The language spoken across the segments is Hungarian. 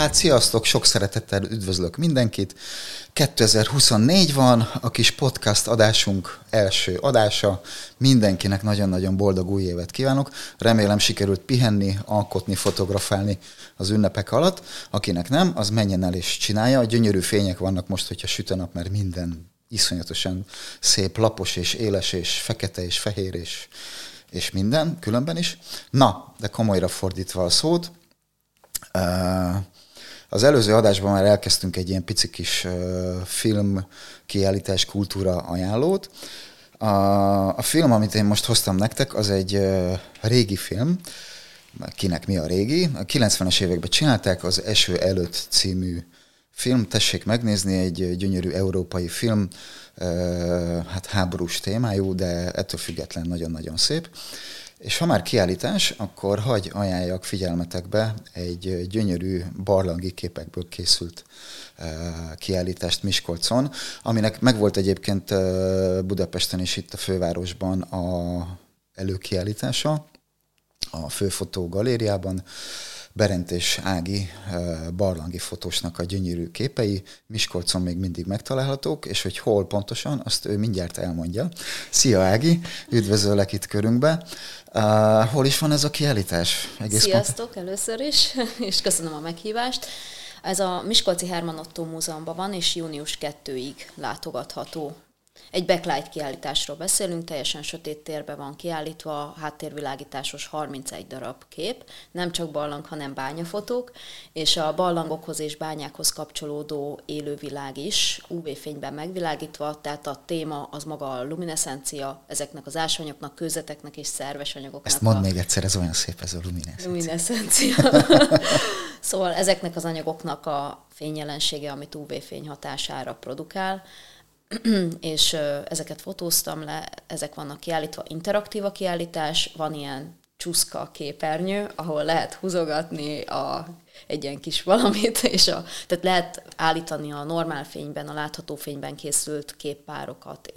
Hát sziasztok, sok szeretettel üdvözlök mindenkit. 2024 van, a kis podcast adásunk első adása. Mindenkinek nagyon-nagyon boldog új évet kívánok. Remélem sikerült pihenni, alkotni, fotografálni az ünnepek alatt. Akinek nem, az menjen el és csinálja. Gyönyörű fények vannak most, hogyha süt a nap, mert minden iszonyatosan szép, lapos és éles és fekete és fehér és minden, különben is. Na, de komolyra fordítva a szót, az előző adásban már elkezdtünk egy ilyen pici kis film kiállítás kultúra ajánlót. A film, amit én most hoztam nektek, az egy régi film. Kinek mi a régi? A 90-es években csinálták, az Eső előtt című film. Tessék megnézni, egy gyönyörű európai film, hát háborús témájú, de ettől független nagyon-nagyon szép. És ha már kiállítás, akkor hagy ajánljak figyelmetekbe egy gyönyörű barlangi képekből készült kiállítást Miskolcon, aminek megvolt egyébként Budapesten is, itt a fővárosban a előkiállítása, a Főfotó Galériában. Berend és Ági barlangi fotósnak a gyönyörű képei Miskolcon még mindig megtalálhatók, és hogy hol pontosan, azt ő mindjárt elmondja. Szia Ági, üdvözöllek itt körünkbe. Hol is van ez a kiállítás? Sziasztok először is, és köszönöm a meghívást. Ez a Miskolci Herman Ottó Múzeumban van, és június 2-ig látogatható. Egy backlight kiállításról beszélünk, teljesen sötét térben van kiállítva, háttérvilágításos 31 darab kép, nem csak barlang, hanem bányafotók, és a barlangokhoz és bányákhoz kapcsolódó élővilág is UV-fényben megvilágítva, tehát a téma az maga a lumineszencia, ezeknek az ásványoknak, kőzeteknek és szerves anyagoknak. Ezt mondd még egyszer, ez olyan szép, ez a lumineszencia. Szóval ezeknek az anyagoknak a fényjelensége, amit UV-fény hatására produkál, és ezeket fotóztam le, ezek vannak kiállítva, interaktív a kiállítás, van ilyen csuszka képernyő, ahol lehet húzogatni egy ilyen kis valamit, tehát lehet állítani a normál fényben, a látható fényben készült képpárokat,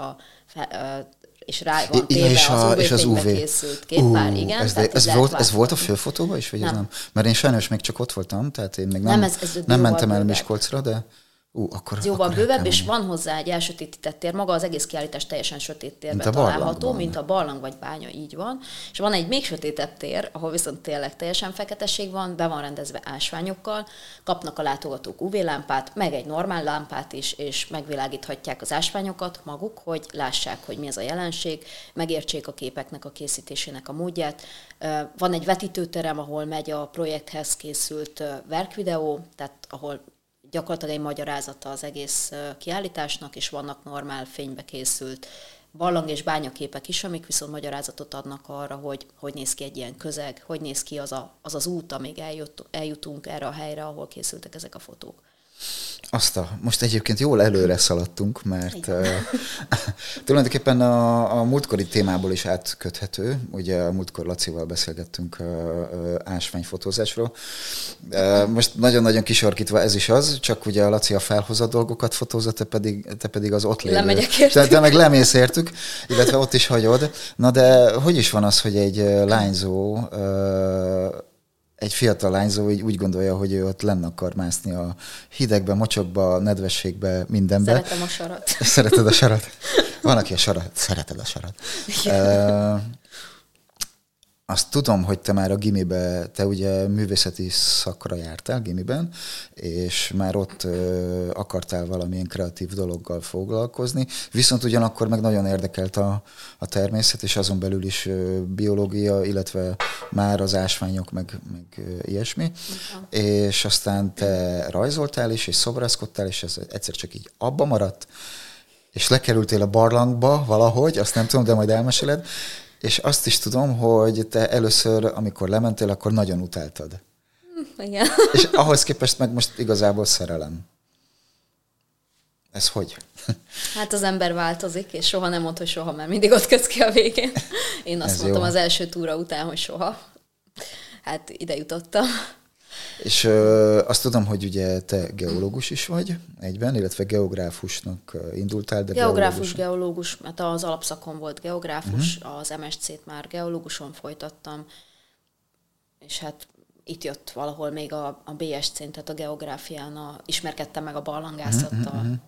és rá van téve az UV-fényben készült képpár, igen. Ez volt a főfotóban is, vagy nem? Ez nem? Mert én sajnos még csak ott voltam, tehát én még nem mentem el Miskolcra, de... Ez jóval bővebb, és van hozzá egy elsötétített tér, maga az egész kiállítás teljesen sötét térben található, mint a barlang vagy bánya, így van. És van egy még sötétebb tér, ahol viszont tényleg teljesen feketeség van, be van rendezve ásványokkal, kapnak a látogatók UV-lámpát, meg egy normál lámpát is, és megvilágíthatják az ásványokat maguk, hogy lássák, hogy mi ez a jelenség, megértsék a képeknek a készítésének a módját. Van egy vetítőterem, ahol megy a projekthez készült verkvideó, tehát ahol gyakorlatilag egy magyarázata az egész kiállításnak, és vannak normál fénybe készült barlang- és bányaképek is, amik viszont magyarázatot adnak arra, hogy néz ki egy ilyen közeg, hogy néz ki az út, amíg eljutunk erre a helyre, ahol készültek ezek a fotók. Most egyébként jól előre szaladtunk, mert tulajdonképpen a múltkori témából is átköthető. Ugye a múltkor Lacival beszélgettünk ásványfotózásról. Most nagyon-nagyon kisorkítva ez is az, csak ugye a Laci a felhozott dolgokat fotózza, te pedig az ott lévő. Lemegyek értük. Te meg lemész értük, illetve ott is hagyod. Na de hogy is van az, hogy egy lányzó... Egy fiatal lányzó így úgy gondolja, hogy ő ott lenne akar mászni a hidegbe, mocsokba, nedvességbe, mindenbe. Szeretem a sarat. Szereted a sarat? Van, aki a sarat. Szereted a sarat. Azt tudom, hogy te már a gimibe, te ugye művészeti szakra jártál gimiben, és már ott akartál valamilyen kreatív dologgal foglalkozni, viszont ugyanakkor meg nagyon érdekelt a természet, és azon belül is biológia, illetve már az ásványok, meg ilyesmi. És aztán te rajzoltál is, és szobrászkodtál, és ez egyszer csak így abba maradt, és lekerültél a barlangba valahogy, azt nem tudom, de majd elmeséled. És azt is tudom, hogy te először, amikor lementél, akkor nagyon utáltad. Igen. És ahhoz képest meg most igazából szerelem. Ez hogy? Hát az ember változik, és soha nem mond, hogy soha, mert mindig ott kötsz ki a végén. Én azt mondtam az első túra után, hogy soha. Hát ide jutottam. És azt tudom, hogy ugye te geológus is vagy egyben, illetve geográfusnak indultál, de geológus, mert az alapszakon volt geográfus, az MSC-t már geológuson folytattam, és hát itt jött valahol még a BSC-n, tehát a geográfián ismerkedtem meg a barlangászattal.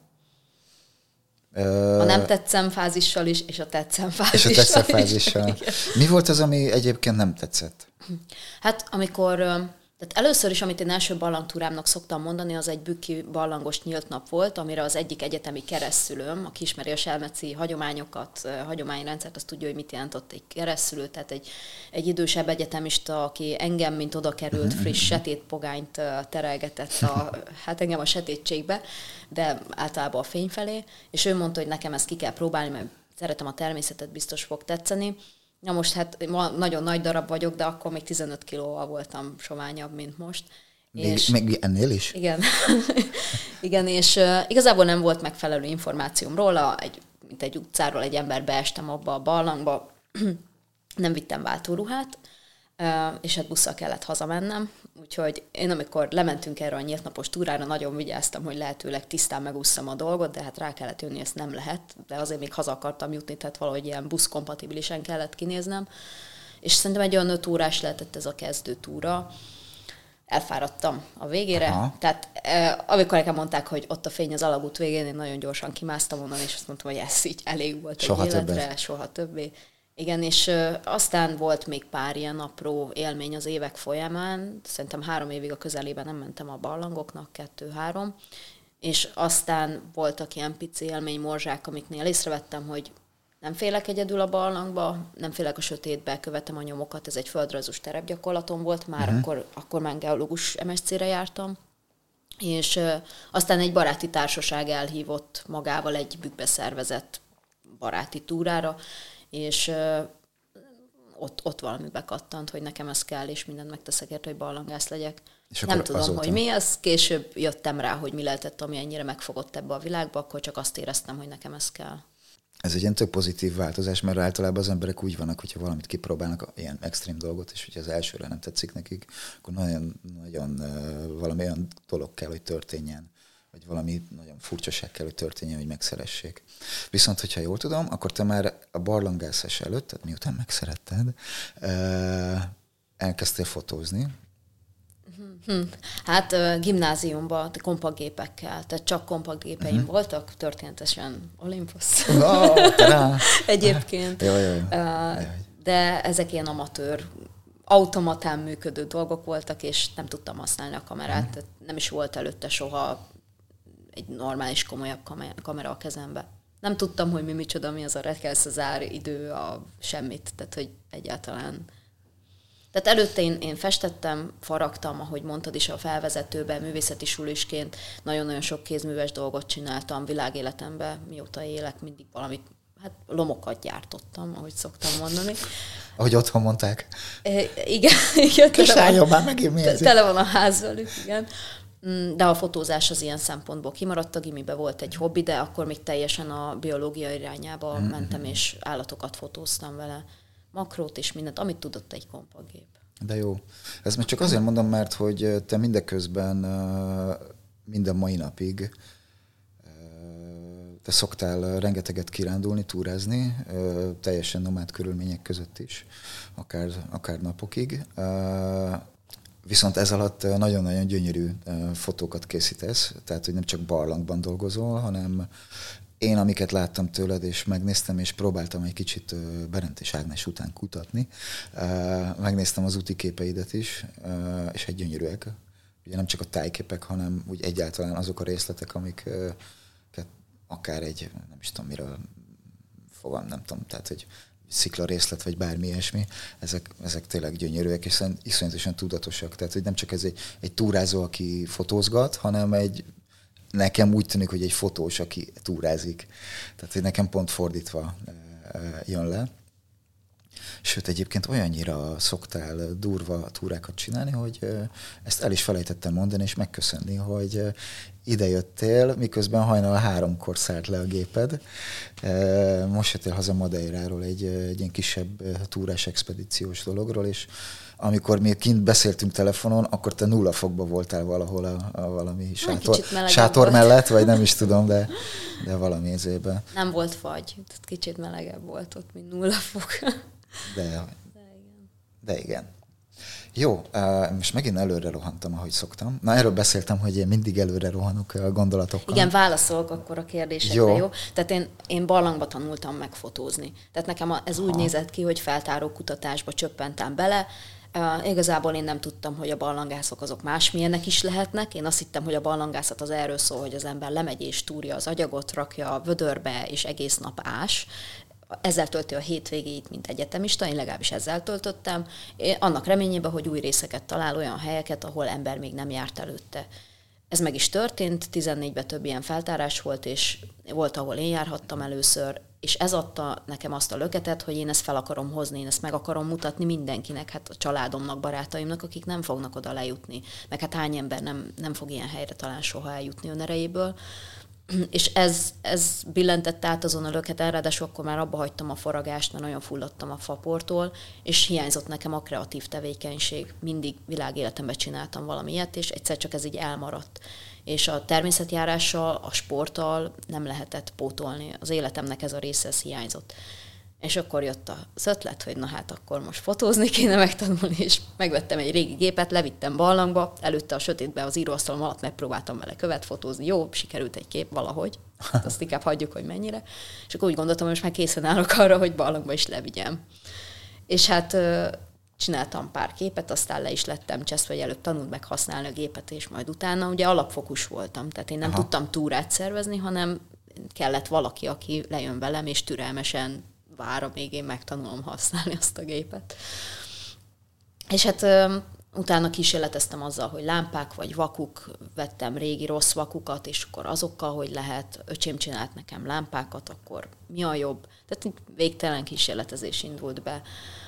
A nem tetszem fázissal is, és a tetszem fázissal. És a tetszem fázissal. Mi volt az, ami egyébként nem tetszett? Hát amikor... Tehát először is, amit én első barlangtúrámnak szoktam mondani, az egy bükki barlangos nyílt nap volt, amire az egyik egyetemi keresztszülőm, aki ismeri a selmeci hagyományokat, hagyományrendszert, azt tudja, hogy mit jelentett egy keresztszülő, tehát egy idősebb egyetemista, aki engem, mint oda került, friss setét pogányt terelgetett hát engem a setétségbe, de általában a fény felé, és ő mondta, hogy nekem ezt ki kell próbálni, mert szeretem a természetet, biztos fog tetszeni. Na most hát ma nagyon nagy darab vagyok, de akkor még 15 kilóval voltam soványabb, mint most. Még ennél is? Igen. Igen, és igazából nem volt megfelelő információm róla, mint egy utcáról egy ember beestem abba a barlangba, nem vittem váltóruhát, és hát busszal kellett hazamennem, úgyhogy én amikor lementünk erre a nyílt napos túrára, nagyon vigyáztam, hogy lehetőleg tisztán megússzam a dolgot, de hát rá kellett jönni, ezt nem lehet, de azért még haza akartam jutni, tehát valahogy ilyen buszkompatibilisen kellett kinéznem, és szerintem egy olyan 5 órás lehetett ez a kezdő túra. Elfáradtam a végére, tehát amikor nekem mondták, hogy ott a fény az alagút végén, én nagyon gyorsan kimásztam onnan, és azt mondtam, hogy ez így elég volt egy életre, soha többé. Igen, és aztán volt még pár ilyen apró élmény az évek folyamán, szerintem 3 évig a közelében nem mentem a barlangoknak, 2-3, és aztán voltak ilyen pici élménymorzsák, amiknél észrevettem, hogy nem félek egyedül a barlangba, nem félek a sötétbe, követem a nyomokat, ez egy földrajzos terepgyakorlatom volt, már akkor már geológus MSC-re jártam, és aztán egy baráti társaság elhívott magával egy bükkbe szervezett baráti túrára, és ott valami bekattant, hogy nekem ez kell, és mindent megteszek érte, hogy barlangász legyek. És nem tudom, azóta, hogy mi ez, később jöttem rá, hogy mi lehetett, ami ennyire megfogott ebbe a világba, akkor csak azt éreztem, hogy nekem ez kell. Ez egy ilyen tök pozitív változás, mert általában az emberek úgy vannak, hogyha valamit kipróbálnak, ilyen extrém dolgot, és hogyha az elsőre nem tetszik nekik, akkor nagyon valami olyan dolog kell, hogy történjen, vagy valami nagyon furcsaság kell, hogy történjen, hogy megszeressék. Viszont, hogyha jól tudom, akkor te már a barlangászás előtt, tehát miután megszeretted, elkezdtél fotózni. Hát gimnáziumban kompaktgépekkel, tehát csak kompaktgépeim voltak, történetesen Olympus. Egyébként. De ezek ilyen amatőr, automatán működő dolgok voltak, és nem tudtam használni a kamerát, tehát nem is volt előtte soha egy normális, komolyabb kamera a kezembe. Nem tudtam, hogy micsoda, mi az a rekelszezár idő, semmit, tehát hogy egyáltalán. Tehát előtte én festettem, faragtam, ahogy mondtad is a felvezetőben, művészeti sulisként, nagyon-nagyon sok kézműves dolgot csináltam világéletemben, mióta élek, mindig valamit, hát lomokat gyártottam, ahogy szoktam mondani. Ahogy otthon mondták. Igen. Tele van a ház velük, igen. De a fotózás az ilyen szempontból kimaradt, a gimibe volt egy hobbi, de akkor még teljesen a biológia irányába mentem, és állatokat fotóztam vele. Makrót és mindent, amit tudott egy kompaktgép. De jó. Ezt most csak azért mondom, mert hogy te mindeközben minden mai napig te szoktál rengeteget kirándulni, túrázni, teljesen nomád körülmények között is, akár napokig. Viszont ez alatt nagyon-nagyon gyönyörű fotókat készítesz, tehát hogy nem csak barlangban dolgozol, hanem én, amiket láttam tőled, és megnéztem, és próbáltam egy kicsit Berend és Ágnes után kutatni, megnéztem az úti képeidet is, és egy gyönyörűek. Ugye nem csak a tájképek, hanem úgy egyáltalán azok a részletek, amiket akár egy, nem is tudom miről fogom, nem tudom, tehát hogy szikla részlet, vagy bármi ilyesmi, ezek tényleg gyönyörűek, és iszonyatosan tudatosak. Tehát, hogy nem csak ez egy túrázó, aki fotózgat, hanem nekem úgy tűnik, hogy egy fotós, aki túrázik. Tehát, hogy nekem pont fordítva jön le. Sőt, egyébként olyannyira szoktál durva túrákat csinálni, hogy ezt el is felejtettem mondani, és megköszönni, hogy idejöttél, miközben hajnal 3-kor szállt le a géped. Most jöttél haza Madeiráról egy ilyen kisebb túrás expedíciós dologról, és amikor mi kint beszéltünk telefonon, akkor te 0 fokban voltál valahol valami sátor mellett, vagy nem is tudom, de valami ezében. Nem volt fagy, tehát kicsit melegebb volt ott, mint 0 fok. De igen. Jó, most megint előre rohantam, ahogy szoktam. Na, erről beszéltem, hogy én mindig előre rohanok a gondolatokkal. Igen, válaszolok akkor a kérdésekre, jó? Tehát én barlangba tanultam megfotózni. Tehát nekem ez úgy nézett ki, hogy feltáró kutatásba csöppentem bele. Igazából én nem tudtam, hogy a barlangászok azok másmilyenek is lehetnek. Én azt hittem, hogy a barlangászat az erről szól, hogy az ember lemegy és túrja az agyagot, rakja a vödörbe, és egész nap ás. Ezzel tölti a hétvégéit, mint egyetemista, én legalábbis ezzel töltöttem, annak reményében, hogy új részeket talál, olyan helyeket, ahol ember még nem járt előtte. Ez meg is történt, 14-ben több ilyen feltárás volt, és volt, ahol én járhattam először, és ez adta nekem azt a löketet, hogy én ezt fel akarom hozni, én ezt meg akarom mutatni mindenkinek, hát a családomnak, barátaimnak, akik nem fognak oda lejutni, meg hát hány ember nem fog ilyen helyre talán soha eljutni önerejéből. És ez billentett át azon a löketen, ráadásul akkor már abba hagytam a faragást, mert nagyon fulladtam a faportól, és hiányzott nekem a kreatív tevékenység. Mindig világéletemben csináltam valamilyet, és egyszer csak ez így elmaradt. És a természetjárással, a sporttal nem lehetett pótolni. Az életemnek ez a része, ez hiányzott. És akkor jött az ötlet, hogy na hát akkor most fotózni kéne megtanulni, és megvettem egy régi gépet, levittem barlangba, előtte a sötétben az íróasztalom alatt megpróbáltam vele követ fotózni, jó, sikerült egy kép valahogy, azt inkább hagyjuk, hogy mennyire. És akkor úgy gondoltam, hogy most már készen állok arra, hogy barlangba is levigyem. És hát csináltam pár képet, aztán le is lettem cseszve, hogy előbb tanult meg használni a gépet, és majd utána ugye alapfokus voltam, tehát én nem tudtam túrát szervezni, hanem kellett valaki, aki lejön velem, és türelmesen vár, amíg én megtanulom használni azt a gépet. És hát utána kísérleteztem azzal, hogy lámpák vagy vakuk, vettem régi rossz vakukat, és akkor azokkal, hogy lehet, öcsém csinált nekem lámpákat, akkor mi a jobb? Tehát végtelen kísérletezés indult be.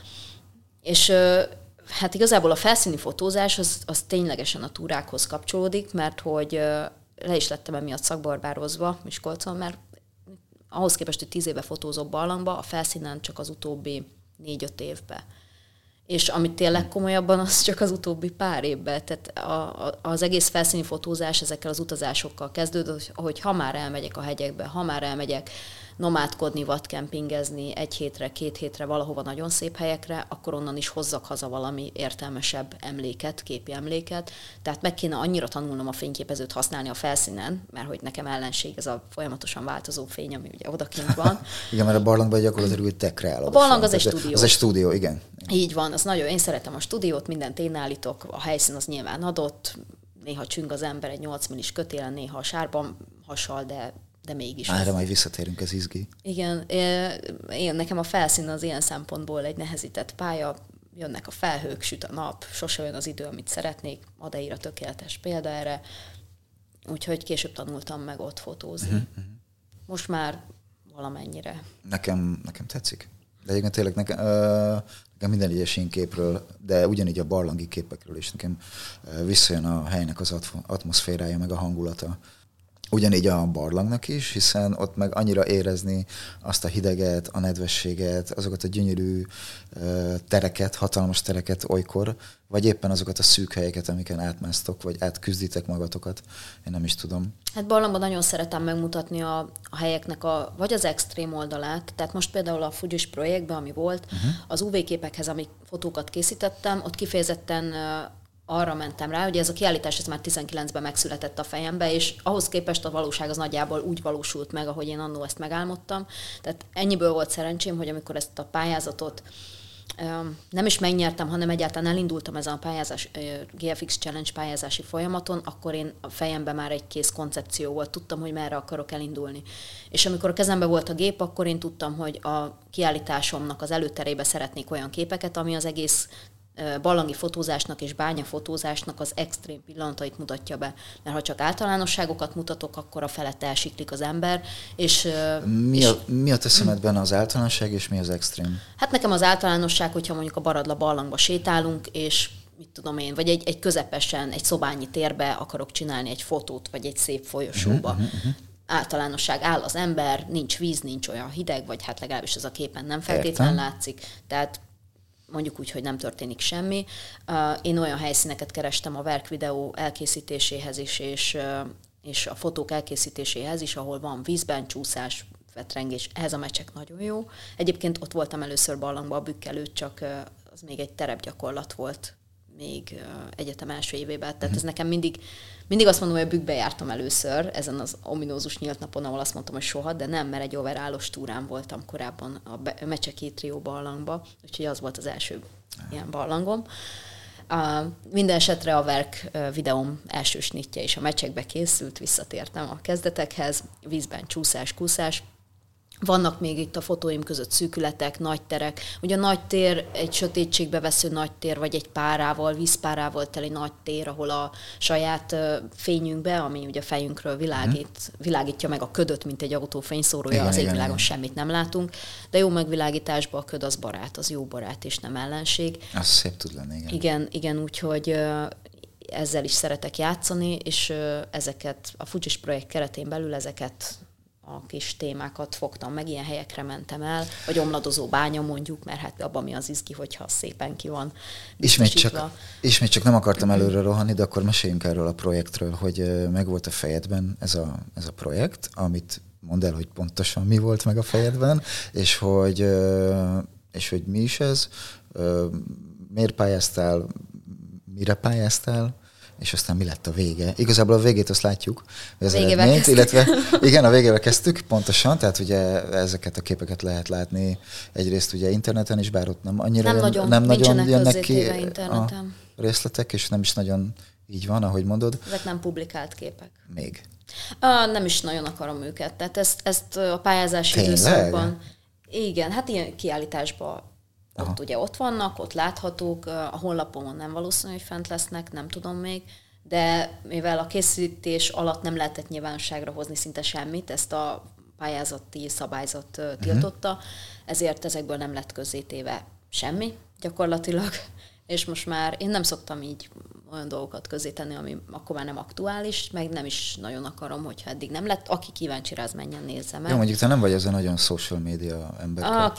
És hát igazából a felszíni fotózás az ténylegesen a túrákhoz kapcsolódik, mert hogy le is lettem emiatt szakbarbározva Miskolcon, mert ahhoz képest, hogy 10 éve fotózok barlangba, a felszínen csak az utóbbi 4-5 évben. És amit tényleg komolyabban, az csak az utóbbi pár évben. Tehát az egész felszíni fotózás ezekkel az utazásokkal kezdődött, hogy ha már elmegyek a hegyekbe, ha már elmegyek nomádkodni, vadkempingezni 1 hétre, 2 hétre valahova nagyon szép helyekre, akkor onnan is hozzak haza valami értelmesebb emléket, képi emléket. Tehát meg kéne annyira tanulnom a fényképezőt használni a felszínen, mert hogy nekem ellenség ez a folyamatosan változó fény, ami ugye odakint van. Igen, mert a barlangban gyakorlatilag úgy te kreálod. A barlang az egy stúdió. Az egy stúdió, igen. Így van, az nagyon, én szeretem a stúdiót, mindent én állítok, a helyszín az nyilván adott, néha csüng az ember egy 8 millis kötélen, néha a sárban hasal, de mégis. Erre majd visszatérünk, ez izgi. Igen, nekem a felszín az ilyen szempontból egy nehezített pálya, jönnek a felhők, süt a nap, sose olyan az idő, amit szeretnék, Madeira tökéletes példa erre, úgyhogy később tanultam meg ott fotózni. Most már valamennyire. Nekem tetszik. De egyébként tényleg nekem minden egyes képről, de ugyanígy a barlangi képekről is nekem visszajön a helynek az atmoszférája, meg a hangulata. Ugyanígy a barlangnak is, hiszen ott meg annyira érezni azt a hideget, a nedvességet, azokat a gyönyörű tereket, hatalmas tereket olykor, vagy éppen azokat a szűk helyeket, amiken átmásztok, vagy átküzditek magatokat. Én nem is tudom. Hát barlangban nagyon szeretem megmutatni a helyeknek vagy az extrém oldalát. Tehát most például a Fujis projektben, ami volt, az UV-képekhez, amik fotókat készítettem, ott kifejezetten arra mentem rá, hogy ez a kiállítás ez már 19-ben megszületett a fejembe, és ahhoz képest a valóság az nagyjából úgy valósult meg, ahogy én annó ezt megálmodtam. Tehát ennyiből volt szerencsém, hogy amikor ezt a pályázatot nem is megnyertem, hanem egyáltalán elindultam ezen a pályázás, GFX Challenge pályázási folyamaton, akkor én a fejemben már egy kész koncepció volt, tudtam, hogy merre akarok elindulni. És amikor a kezembe volt a gép, akkor én tudtam, hogy a kiállításomnak az előterébe szeretnék olyan képeket, ami az egész barlangi fotózásnak és bányafotózásnak az extrém pillanatait mutatja be. Mert ha csak általánosságokat mutatok, akkor a felett elsiklik az ember. És, mi a te szemedben az általánosság, és mi az extrém? Hát nekem az általánosság, hogyha mondjuk a Baradla barlangba sétálunk, és mit tudom én, vagy egy közepesen, egy szobányi térbe akarok csinálni egy fotót, vagy egy szép folyosóba. Általánosság, áll az ember, nincs víz, nincs olyan hideg, vagy hát legalábbis ez a képen nem feltétlenül látszik. Tehát mondjuk úgy, hogy nem történik semmi. Én olyan helyszíneket kerestem a verkvideó elkészítéséhez is, és a fotók elkészítéséhez is, ahol van vízben csúszás, vetrengés. Ehhez a meccsek nagyon jó. Egyébként ott voltam először barlangban a Bükk előtt, csak az még egy terepgyakorlat volt. még egyetem első évében. Tehát ez nekem mindig azt mondom, hogy a Bükkbe jártam először, ezen az ominózus nyílt napon, ahol azt mondtam, hogy soha, de nem, mert egy overallos túrán voltam korábban a Mecseki Trió barlangba, úgyhogy az volt az első ilyen barlangom. Minden esetre a Verk videóm első snitje is a Mecsekbe készült, visszatértem a kezdetekhez, vízben csúszás, kúszás. Vannak még itt a fotóim között szűkületek, nagy terek. Ugye a nagy tér, egy sötétségbe vesző nagy tér, vagy egy párával, vízpárával teli nagy tér, ahol a saját fényünkbe, ami ugye a fejünkről világítja meg a ködöt, mint egy autó fényszórója, az égvilágon semmit nem látunk. De jó megvilágításban a köd az barát, az jó barát, és nem ellenség. Az szép tud lenni, igen. Igen, úgyhogy ezzel is szeretek játszani, és ezeket a Fujis projekt keretén belül ezeket a kis témákat fogtam meg, ilyen helyekre mentem el, vagy omladozó bánya mondjuk, mert hát abban mi az izgi, hogyha szépen ki van. Ismét csak nem akartam előre rohanni, de akkor meséljünk erről a projektről, hogy megvolt a fejedben ez a projekt, amit mondd el, hogy pontosan mi volt meg a fejedben, és hogy mi is ez, miért pályáztál, mire pályáztál, és aztán mi lett a vége. Igazából a végét azt látjuk, az eredményt, illetve igen, a végével kezdtük, pontosan, tehát ugye ezeket a képeket lehet látni egyrészt ugye interneten is, bár ott nem annyira nem nagyon jönnek ki a részletek, és nem is nagyon így van, ahogy mondod. Ezek nem publikált képek. Még. Nem is nagyon akarom őket, tehát ezt a pályázási időszakban. Igen, hát ilyen kiállításban ott vannak, ott láthatók, a honlapomon nem valószínű, hogy fent lesznek, nem tudom még, de mivel a készítés alatt nem lehetett nyilvánosságra hozni szinte semmit, ezt a pályázati szabályzat tiltotta, ezért ezekből nem lett közzétéve semmi gyakorlatilag, és most már én nem szoktam így olyan dolgokat közzétenni, ami akkor már nem aktuális, meg nem is nagyon akarom, hogyha eddig nem lett. Aki kíváncsi rá, az menjen, nézze meg. Jó, mondjuk te nem vagy ez a nagyon social media ember.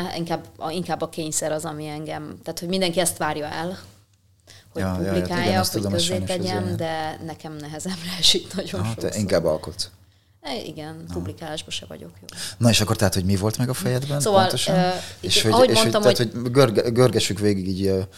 Inkább a kényszer az, ami engem, tehát hogy mindenki ezt várja el, hogy publikáljak, hogy közzé tegyem, de nekem nehezemre esik nagyon sokszor. Te inkább alkotsz. Igen, publikálásban se vagyok jó. Na és akkor tehát, hogy mi volt meg a fejedben szóval, pontosan? Ahogy mondtam, hogy görgessük végig így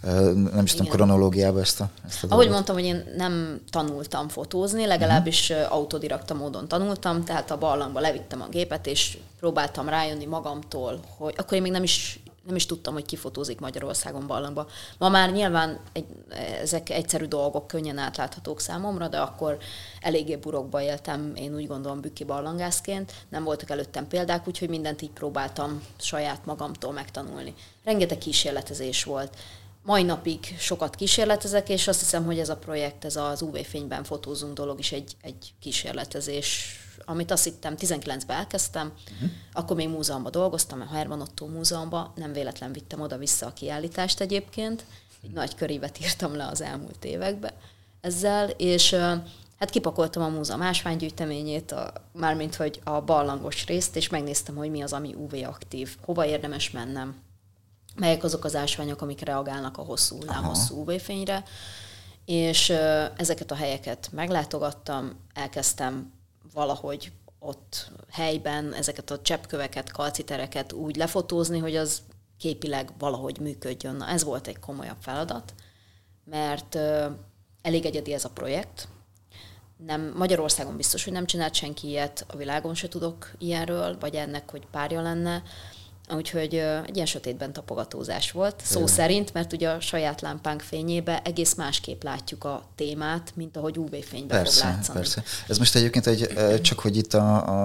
nem is tudom, kronológiába ezt a ahogy dolgot. mondtam, hogy én nem tanultam fotózni, legalábbis autodidakta módon tanultam, tehát a barlangba levittem a gépet, és próbáltam rájönni magamtól, hogy akkor én még nem is tudtam, hogy ki fotózik Magyarországon barlangba. Ma már nyilván ezek egyszerű dolgok, könnyen átláthatók számomra, de akkor eléggé burokba éltem, én úgy gondolom bükki barlangászként, nem voltak előttem példák, úgyhogy mindent így próbáltam saját magamtól megtanulni. Rengeteg kísérletezés volt. Mai napig sokat kísérletezek, és azt hiszem, hogy ez a projekt, ez az UV-fényben fotózunk dolog is egy kísérletezés, amit azt hittem 19-ben elkezdtem, akkor még múzeumban dolgoztam, a Herman Otto múzeumban, nem véletlen vittem oda-vissza a kiállítást egyébként, egy nagy körívet írtam le az elmúlt években ezzel, és hát kipakoltam a múzeum ásványgyűjteményét, mármint hogy a barlangos részt, és megnéztem, hogy mi az, ami UV-aktív, hova érdemes mennem, melyek azok az ásványok, amik reagálnak a hosszú UV-fényre, és ezeket a helyeket meglátogattam, elkezdtem valahogy ott helyben ezeket a cseppköveket, kalcitereket úgy lefotózni, hogy az képileg valahogy működjön. Na, ez volt egy komolyabb feladat, mert elég egyedi ez a projekt. Magyarországon biztos, hogy nem csinált senki ilyet, a világon se tudok ilyenről, vagy ennek, hogy párja lenne. Úgyhogy egy ilyen sötétben tapogatózás volt, szó szerint, mert ugye a saját lámpánk fényébe egész másképp látjuk a témát, mint ahogy UV-fényben fog látszani. Persze. Ez most egyébként csak hogy itt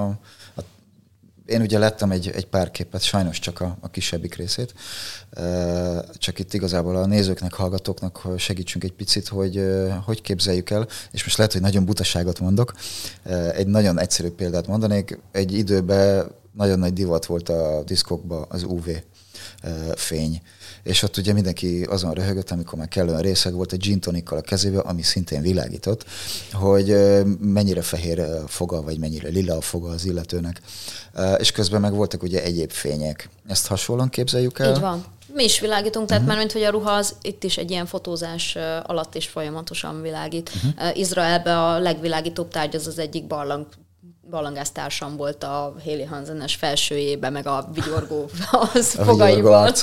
én ugye láttam egy pár képet, sajnos csak a kisebbik részét, csak itt igazából a nézőknek, hallgatóknak segítsünk egy picit, hogy képzeljük el, és most lehet, hogy nagyon butaságot mondok, egy nagyon egyszerű példát mondanék, egy időben nagyon nagy divat volt a diszkokban az UV fény. És ott ugye mindenki azon röhögött, amikor már kellően részeg volt, egy gin tonikkal a kezébe, ami szintén világított, hogy mennyire fehér a foga, vagy mennyire lila a foga az illetőnek. És közben meg voltak ugye egyéb fények. Ezt hasonlóan képzeljük el? Így van. Mi is világítunk, tehát már mint hogy a ruha az itt is egy ilyen fotózás alatt is folyamatosan világít. Izraelben a legvilágítóbb tárgy az egyik ballangásztársam volt a Haley Hansen-es felsőjébe, meg a vigyorgó fogaival.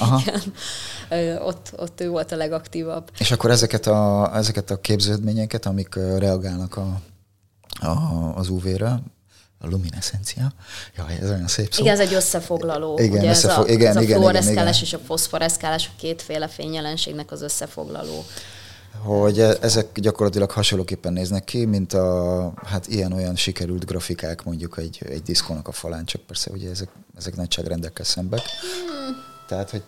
Igen. Ott ő volt a legaktívabb. És akkor ezeket a képződményeket, amik reagálnak az UV-re, a luminescencia. Jaj, ez olyan szép szó. Igen, ez egy összefoglaló. Igen, ugye ez a fluoreszkálás és a foszforeszkálás, a kétféle fényjelenségnek az összefoglaló. Hogy ezek gyakorlatilag hasonlóképpen néznek ki, mint ilyen-olyan sikerült grafikák mondjuk egy diszkónak a falán, csak persze ugye ezek nagyságrendekkel szembek. Tehát, hogy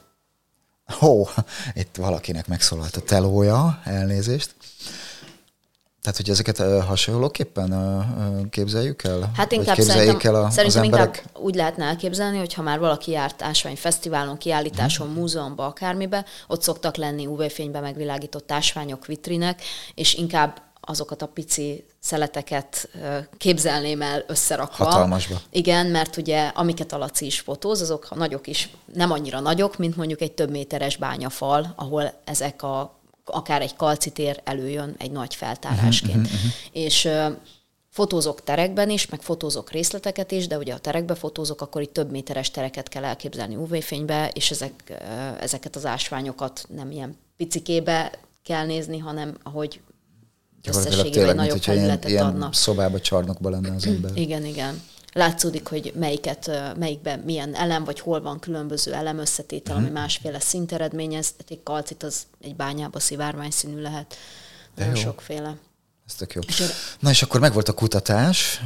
itt valakinek megszólalt a telója, elnézést. Tehát, hogy ezeket hasonlóképpen képzeljük el? Hát inkább szerintem inkább úgy lehetne elképzelni, hogy ha már valaki járt ásványfesztiválon, kiállításon, múzeumban, akármibe, ott szoktak lenni UV-fényben megvilágított ásványok, vitrinek, és inkább azokat a pici szeleteket képzelném el összerakva. Hatalmasba. Igen, mert ugye amiket a Laci is fotóz, azok nagyok is, nem annyira nagyok, mint mondjuk egy több méteres bányafal, ahol ezek akár egy kalcitér előjön egy nagy feltárásként. És fotózok terekben is, meg fotózok részleteket is, de ugye a terekbe fotózok, akkor itt több méteres tereket kell elképzelni UV-fénybe, és ezeket az ásványokat nem ilyen picikébe kell nézni, hanem ahogy összességében egy nagyobb felületet adnak. Szobába, csarnokba lenne az ember. Igen. Látszódik, hogy melyikben milyen elem, vagy hol van különböző elem összetétel, ami másféle szint eredményez. Egy kalcit az egy bányába szivárványszínű lehet. Nagyon sokféle. Ez tök jó. Na és akkor megvolt a kutatás,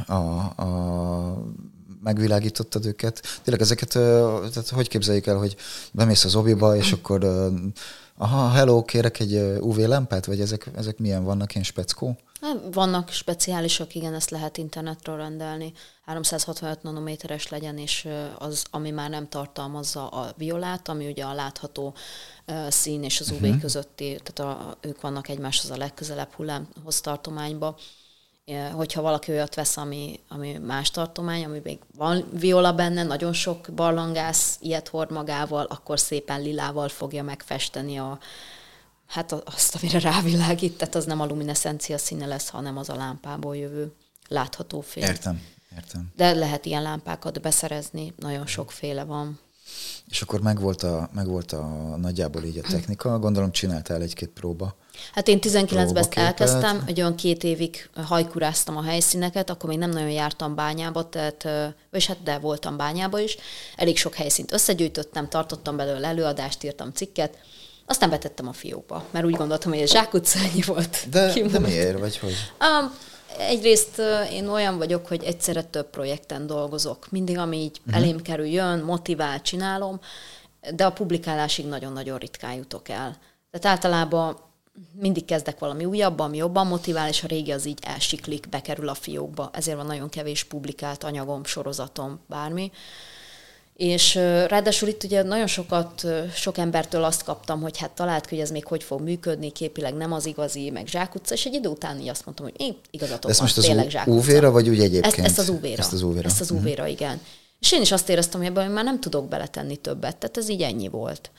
megvilágítottad őket. Tényleg ezeket, tehát hogy képzeljük el, hogy bemész az obiba, és akkor hello, kérek egy UV-lámpát, vagy ezek milyen vannak, ilyen speckó? Vannak speciálisak, igen, ezt lehet internetről rendelni. 365 nanométeres legyen, és az, ami már nem tartalmazza a violát, ami ugye a látható szín és az UV közötti, tehát ők vannak egymáshoz a legközelebb hullámhoz tartományba. Hogyha valaki olyat vesz, ami más tartomány, ami még van viola benne, nagyon sok barlangász ilyet hord magával, akkor szépen lilával fogja megfesteni azt, amire rávilágít, tehát az nem a luminescencia színe lesz, hanem az a lámpából jövő látható fény. Értem. De lehet ilyen lámpákat beszerezni, nagyon sokféle van. És akkor megvolt a nagyjából így a technika, gondolom csináltál egy-két próba. Hát én 19-ben ezt elkezdtem, hogy olyan 2 évig hajkuráztam a helyszíneket, akkor még nem nagyon jártam bányába, de voltam bányába is. Elég sok helyszínt összegyűjtöttem, tartottam belőle előadást, írtam cikket, aztán betettem a fiókba, mert úgy gondoltam, hogy ez zsákutcányi volt. De miért, vagy hogy? Egyrészt én olyan vagyok, hogy egyszerre több projekten dolgozok. Mindig, ami így elém kerül, jön, motivál, csinálom, de a publikálásig nagyon-nagyon ritkán jutok el. Tehát általában mindig kezdek valami újabban, ami jobban motivál, és a régi az így elsiklik, bekerül a fiókba. Ezért van nagyon kevés publikált anyagom, sorozatom, bármi. És ráadásul itt ugye nagyon sok embertől azt kaptam, hogy hát talált ki, hogy ez még hogy fog működni, képileg nem az igazi, meg zsákutca, és egy idő után így azt mondtam, hogy én igazatok van, tényleg zsákutca. Ezt most az UV-ra, vagy úgy egyébként? Ezt az UV-ra. Ezt az UV-ra, igen. És én is azt éreztem, hogy ebben már nem tudok beletenni többet, tehát ez így ennyi volt.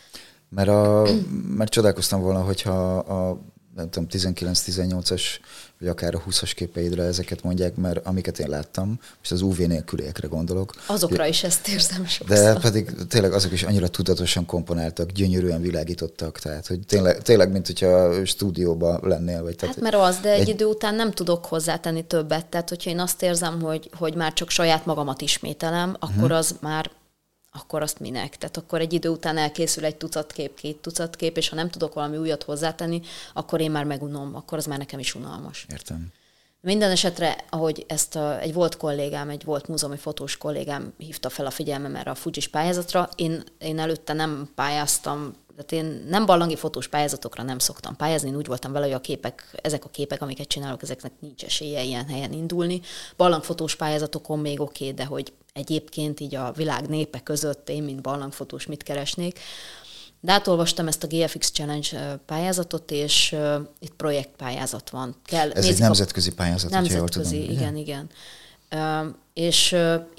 Mert csodálkoztam volna, hogyha nem tudom, 19-18-as, vagy akár a 20-as képeidre ezeket mondják, mert amiket én láttam, most az UV nélküliekre gondolok. Azokra is ezt érzem sokszor. De pedig tényleg azok is annyira tudatosan komponáltak, gyönyörűen világítottak, tehát hogy tényleg mint hogyha stúdióban lennél. Vagy, hát mert az, de egy idő után nem tudok hozzátenni többet, tehát hogyha én azt érzem, hogy már csak saját magamat ismételem, akkor az már akkor azt minek? Tehát akkor egy idő után elkészül egy tucatkép, 2 tucatkép, és ha nem tudok valami újat hozzátenni, akkor én már megunom, akkor az már nekem is unalmas. Értem. Minden esetre, ahogy ezt egy volt kollégám, egy volt múzeumi fotós kollégám hívta fel a figyelmem erre a Fujis pályázatra, én előtte nem pályáztam, tehát én nem barlangi fotós pályázatokra nem szoktam pályázni, én úgy voltam vele, hogy ezek a képek, amiket csinálok, ezeknek nincs esélye ilyen helyen indulni. Barlangfotós pályázatokon még oké, de hogy egyébként így a világ népe között én, mint barlangfotós mit keresnék. De átolvastam ezt a GFX Challenge pályázatot, és itt projektpályázat van. Ez egy nemzetközi pályázat, nemzetközi, igen. És itt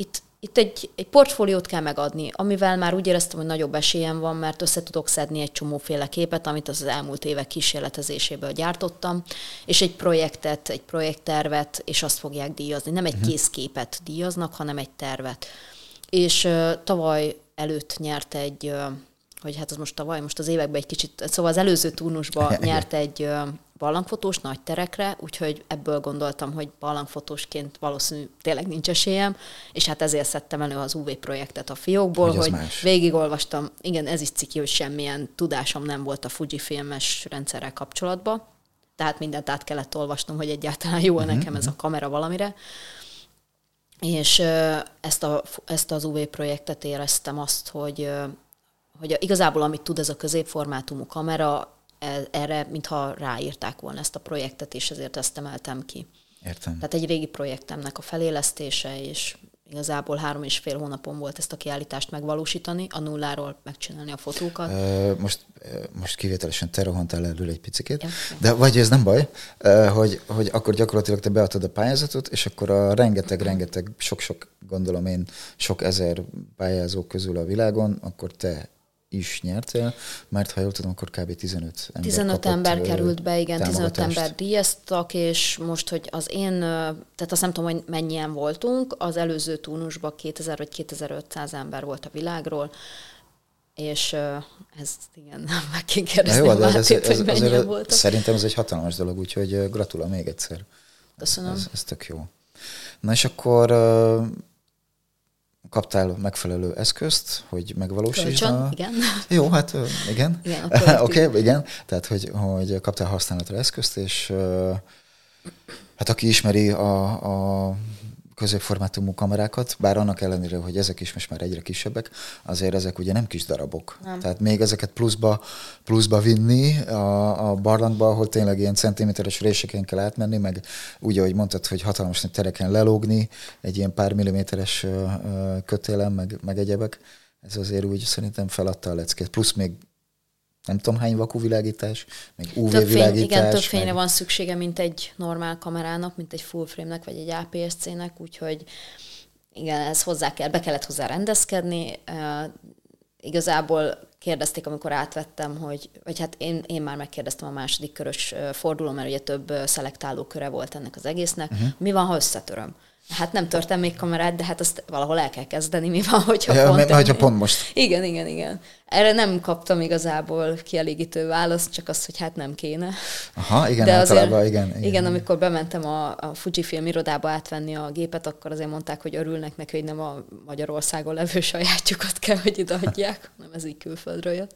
itt egy portfóliót kell megadni, amivel már úgy éreztem, hogy nagyobb esélyem van, mert össze tudok szedni egy csomóféle képet, amit az elmúlt évek kísérletezéséből gyártottam, és egy projektet, egy projekttervet, és azt fogják díjazni. Nem egy kész képet díjaznak, hanem egy tervet. És tavaly előtt nyert egy, hogy hát az most tavaly, most az években egy kicsit, szóval az előző turnusban nyert egy barlangfotós nagy terekre, úgyhogy ebből gondoltam, hogy barlangfotósként valószínű tényleg nincs esélyem, és hát ezért szedtem elő az UV projektet a fiókból, hogy végigolvastam, igen, ez is ciki, hogy semmilyen tudásom nem volt a Fujifilmes rendszerrel kapcsolatban, tehát mindent át kellett olvasnom, hogy egyáltalán jó nekem ez a kamera valamire. És ezt az UV projektet éreztem azt, hogy igazából amit tud ez a középformátumú kamera, erre mintha ráírták volna ezt a projektet, és ezért ezt emeltem ki. Értem. Tehát egy régi projektemnek a felélesztése, és igazából 3,5 hónapon volt ezt a kiállítást megvalósítani, a nulláról megcsinálni a fotókat. Most kivételesen te rohantál elől egy picikét, de vagy ez nem baj, hogy akkor gyakorlatilag te beadtad a pályázatot, és akkor a rengeteg, sok gondolom én, sok ezer pályázók közül a világon, akkor te is nyertél, mert ha jól tudom, akkor kb. 15 ember 15 ember került be, igen, 15 ember díjaztak, és most, hogy az én, tehát azt nem tudom, hogy mennyien voltunk, az előző turnusban 2000 vagy 2500 ember volt a világról, és ez igen, meg kell kérdezni a Mátét, hogy mennyien voltak. Szerintem ez egy hatalmas dolog, úgyhogy gratulál még egyszer. Köszönöm. Ez tök jó. Na és akkor kaptál megfelelő eszközt, hogy megvalósítsd. Igen. Jó, hát igen. Oké, igen. Tehát, hogy kaptál használatra eszközt, és hát aki ismeri a középformátumú kamerákat, bár annak ellenére, hogy ezek is most már egyre kisebbek, azért ezek ugye nem kis darabok. Nem. Tehát még ezeket pluszba vinni a barlangba, ahol tényleg ilyen centiméteres réseken kell átmenni, meg úgy, ahogy mondtad, hogy hatalmas nagy tereken lelógni, egy ilyen pár milliméteres kötélen, meg egyebek, ez azért úgy szerintem feladta a leckét. Plusz még nem tudom hány vakúvilágítás, meg UV-világítás. Igen, több fényre van szüksége, mint egy normál kamerának, mint egy full frame-nek, vagy egy APS-C-nek, úgyhogy igen, ez be kellett hozzá rendezkedni. Igazából kérdezték, amikor átvettem, vagy hát én már megkérdeztem a második körös fordulón, mert ugye több szelektáló köre volt ennek az egésznek. Mi van, ha összetöröm? Hát nem törtem még kamerát, de hát azt valahol el kell kezdeni, mi van, hogyha pont most. Igen. Erre nem kaptam igazából kielégítő választ, csak azt, hogy hát nem kéne. Aha, igen, de általában azért, igen, amikor bementem a Fujifilm irodába átvenni a gépet, akkor azért mondták, hogy örülnek neki, hogy nem a Magyarországon levő sajátjukat kell, hogy ideadják, hanem ez így külföldről jött.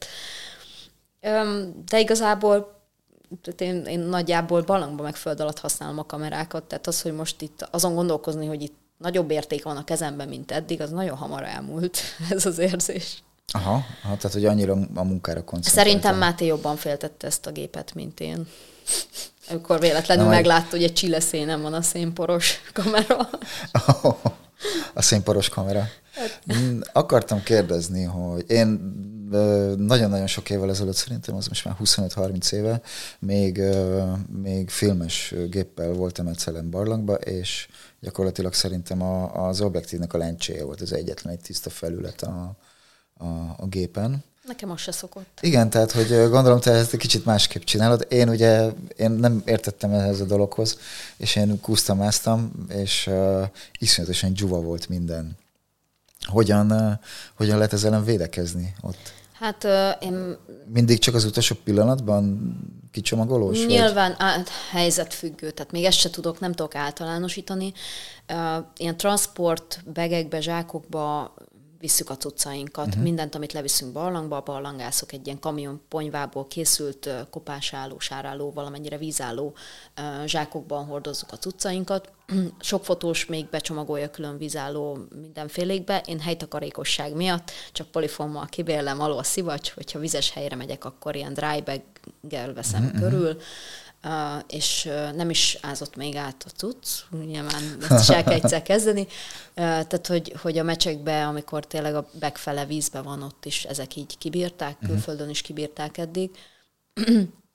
De igazából én nagyjából barlangban meg föld alatt használom a kamerákat, tehát az, hogy most itt azon gondolkozni, hogy itt nagyobb érték van a kezemben, mint eddig, az nagyon hamar elmúlt, ez az érzés. Aha, tehát hogy annyira a munkára koncentráltam. Szerintem Máté jobban féltette ezt a gépet, mint én. Amikor véletlenül meglátta, hogy egy csilleszénen van a szénporos kamera. A szénporos kamera. Akartam kérdezni, hogy én nagyon-nagyon sok évvel ezelőtt, szerintem az most már 25-30 éve, még filmes géppel voltam egyszerűen barlangba, és gyakorlatilag szerintem az objektívnek a lencséje volt az egyetlen egy tiszta felület a gépen. Nekem az se szokott. Igen, tehát hogy gondolom, te ezt egy kicsit másképp csinálod. Én nem értettem ehhez a dologhoz, és én kúsztam-másztam, és iszonyatosan dzsuva volt minden. Hogyan lehet ezzel ellen védekezni ott? Hát én... Mindig csak az utolsó pillanatban kicsomagolós? Nyilván helyzetfüggő, tehát még ezt se nem tudok általánosítani. Ilyen transport begekbe, zsákokba visszük a cuccainkat. Mindent, amit leviszünk barlangba, a barlangászok egy ilyen kamion ponyvából készült kopásálló, sárálló, valamennyire vízálló zsákokban hordozzuk a cuccainkat. Sok fotós még becsomagolja külön vízálló mindenfélékbe. Én helytakarékosság miatt csak polifommal kibérlem alól a szivacs, hogyha vizes helyre megyek, akkor ilyen dry bag-gel veszem körül. És nem is ázott még át a cucc, nyilván ezt is el kell egyszer kezdeni. Tehát, hogy a mecsekbe, amikor tényleg a begfele vízbe van, ott is ezek így kibírták, külföldön is kibírták eddig.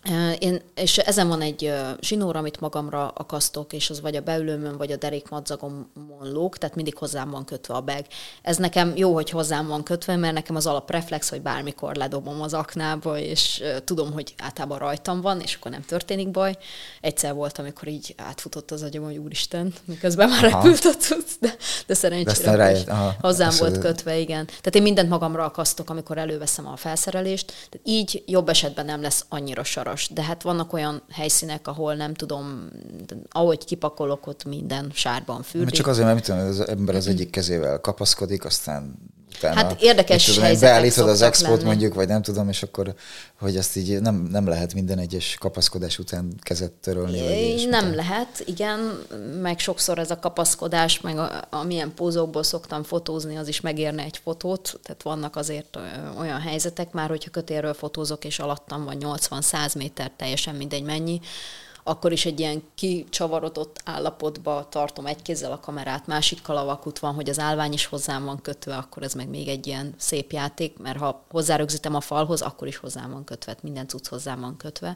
És ezen van egy zsinór, amit magamra akasztok, és az vagy a beülőmön, vagy a derékmadzagomon lóg, tehát mindig hozzám van kötve a bag. Ez nekem jó, hogy hozzám van kötve, mert nekem az alapreflex, hogy bármikor ledobom az aknába, és tudom, hogy általában rajtam van, és akkor nem történik baj. Egyszer volt, amikor így átfutott az agyam, hogy úristen, miközben már repült a cucc, de szerencsére hozzám volt kötve, igen. Tehát én mindent magamra akasztok, amikor előveszem a felszerelést, tehát így jobb esetben nem lesz annyira saras. De hát vannak olyan helyszínek, ahol nem tudom, ahogy kipakolok, ott minden sárban fürdik. Mert csak azért, mert mit tudom, az ember az egyik kezével kapaszkodik, aztán utána... Hát érdekes helyzetek beállítod az expót lenni. mondjuk, vagy nem tudom, és akkor, hogy azt így nem lehet minden egyes kapaszkodás után kezet törölni. Nem lehet, igen, meg sokszor ez a kapaszkodás, meg amilyen pózokból szoktam fotózni, az is megérne egy fotót, tehát vannak azért olyan helyzetek már, hogyha kötélről fotózok, és alattam van 80-100 méter, teljesen mindegy mennyi, akkor is egy ilyen kicsavarodott állapotba tartom egy kézzel a kamerát, másikkal a vakut van, hogy az állvány is hozzám van kötve, akkor ez meg még egy ilyen szép játék, mert ha hozzárögzítem a falhoz, akkor is hozzám van kötve, minden cucc hozzám van kötve.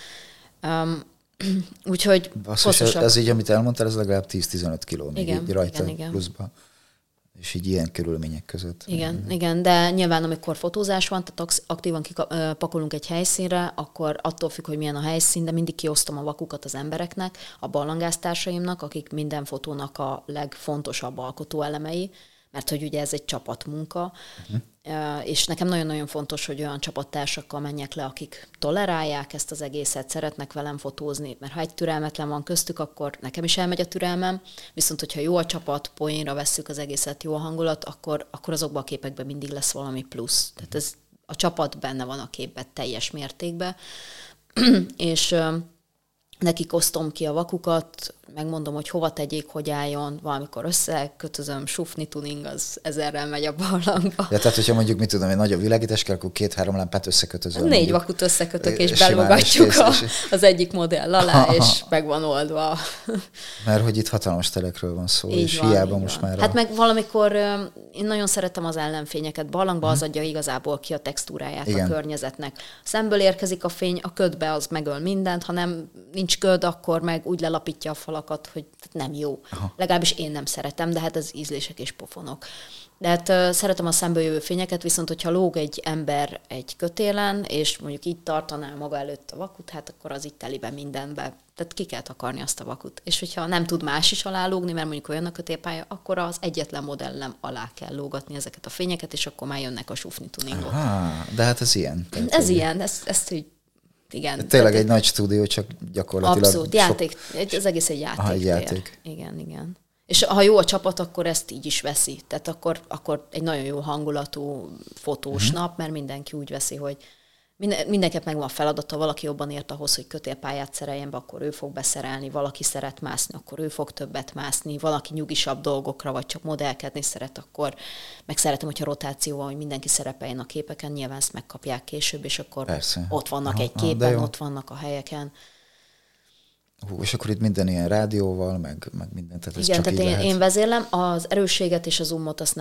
Úgyhogy ez így, amit elmondtál, ez legalább 10-15 kiló még így rajta pluszba. És így ilyen körülmények között. Igen, de nyilván amikor fotózás van, tehát aktívan pakolunk egy helyszínre, akkor attól függ, hogy milyen a helyszín, de mindig kiosztom a vakukat az embereknek, a ballangásztársaimnak, akik minden fotónak a legfontosabb alkotóelemei, mert hogy ugye ez egy csapatmunka, és nekem nagyon-nagyon fontos, hogy olyan csapattársakkal menjek le, akik tolerálják ezt az egészet, szeretnek velem fotózni, mert ha egy türelmetlen van köztük, akkor nekem is elmegy a türelmem, viszont hogyha jó a csapat, poénra vesszük az egészet, jó a hangulat, akkor azokban a képekben mindig lesz valami plusz. Tehát ez a csapat benne van a képben teljes mértékben, és nekik osztom ki a vakukat, megmondom, hogy hova tegyék, hogy álljon, valamikor összekötözöm, sufni tuning, az 1000-rel megy a barlangba. Ja, tehát, hogyha mondjuk, mit tudom, egy nagyobb világítás kell, akkor 2-3 lámpát összekötözöm. 4 mondjuk. Vakut összekötök, és belógatjuk az egyik modell alá, és meg van oldva. Mert hogy itt hatalmas telekről van szó, így és van, hiába most van. Már... Hát meg valamikor én nagyon szeretem az ellenfényeket. Barlangba az adja igazából ki a textúráját a környezetnek. Szemből érkezik a fény, a ködbe az megöl mindent, ha nem nincs köd, akkor meg úgy lelapítja a falakat, hogy nem jó. Aha. Legalábbis én nem szeretem, de hát ez ízlések és pofonok. De hát szeretem a szemből jövő fényeket, viszont hogyha lóg egy ember egy kötélen, és mondjuk így tartaná maga előtt a vakut, hát akkor az itt telibe mindenbe. Tehát ki kell takarni azt a vakut. És hogyha nem tud más is alá lógni, mert mondjuk olyan a kötélpálya, akkor az egyetlen modellem alá kell lógatni ezeket a fényeket, és akkor már jönnek a sufni tuningok. De hát ez ilyen. Ez ilyen, ezt így igen. Tényleg egy nagy stúdió, csak gyakorlatilag... Abszolút, játék. Az egész egy játék. Egy játék. Igen. És ha jó a csapat, akkor ezt így is veszi. Tehát akkor egy nagyon jó hangulatú fotós nap, mert mindenki úgy veszi, hogy mindenkinek megvan a feladata, valaki jobban ért ahhoz, hogy kötélpályát szereljen be, akkor ő fog beszerelni, valaki szeret mászni, akkor ő fog többet mászni, valaki nyugisabb dolgokra, vagy csak modellkedni szeret, akkor meg szeretem, hogyha rotáció van, hogy mindenki szerepeljen a képeken, nyilván ezt megkapják később, és akkor persze. Ott vannak egy képen, ott vannak a helyeken. És akkor itt minden ilyen rádióval, meg minden, tehát ez igen, csak tehát én vezérlem, az erősséget és a zoomot azt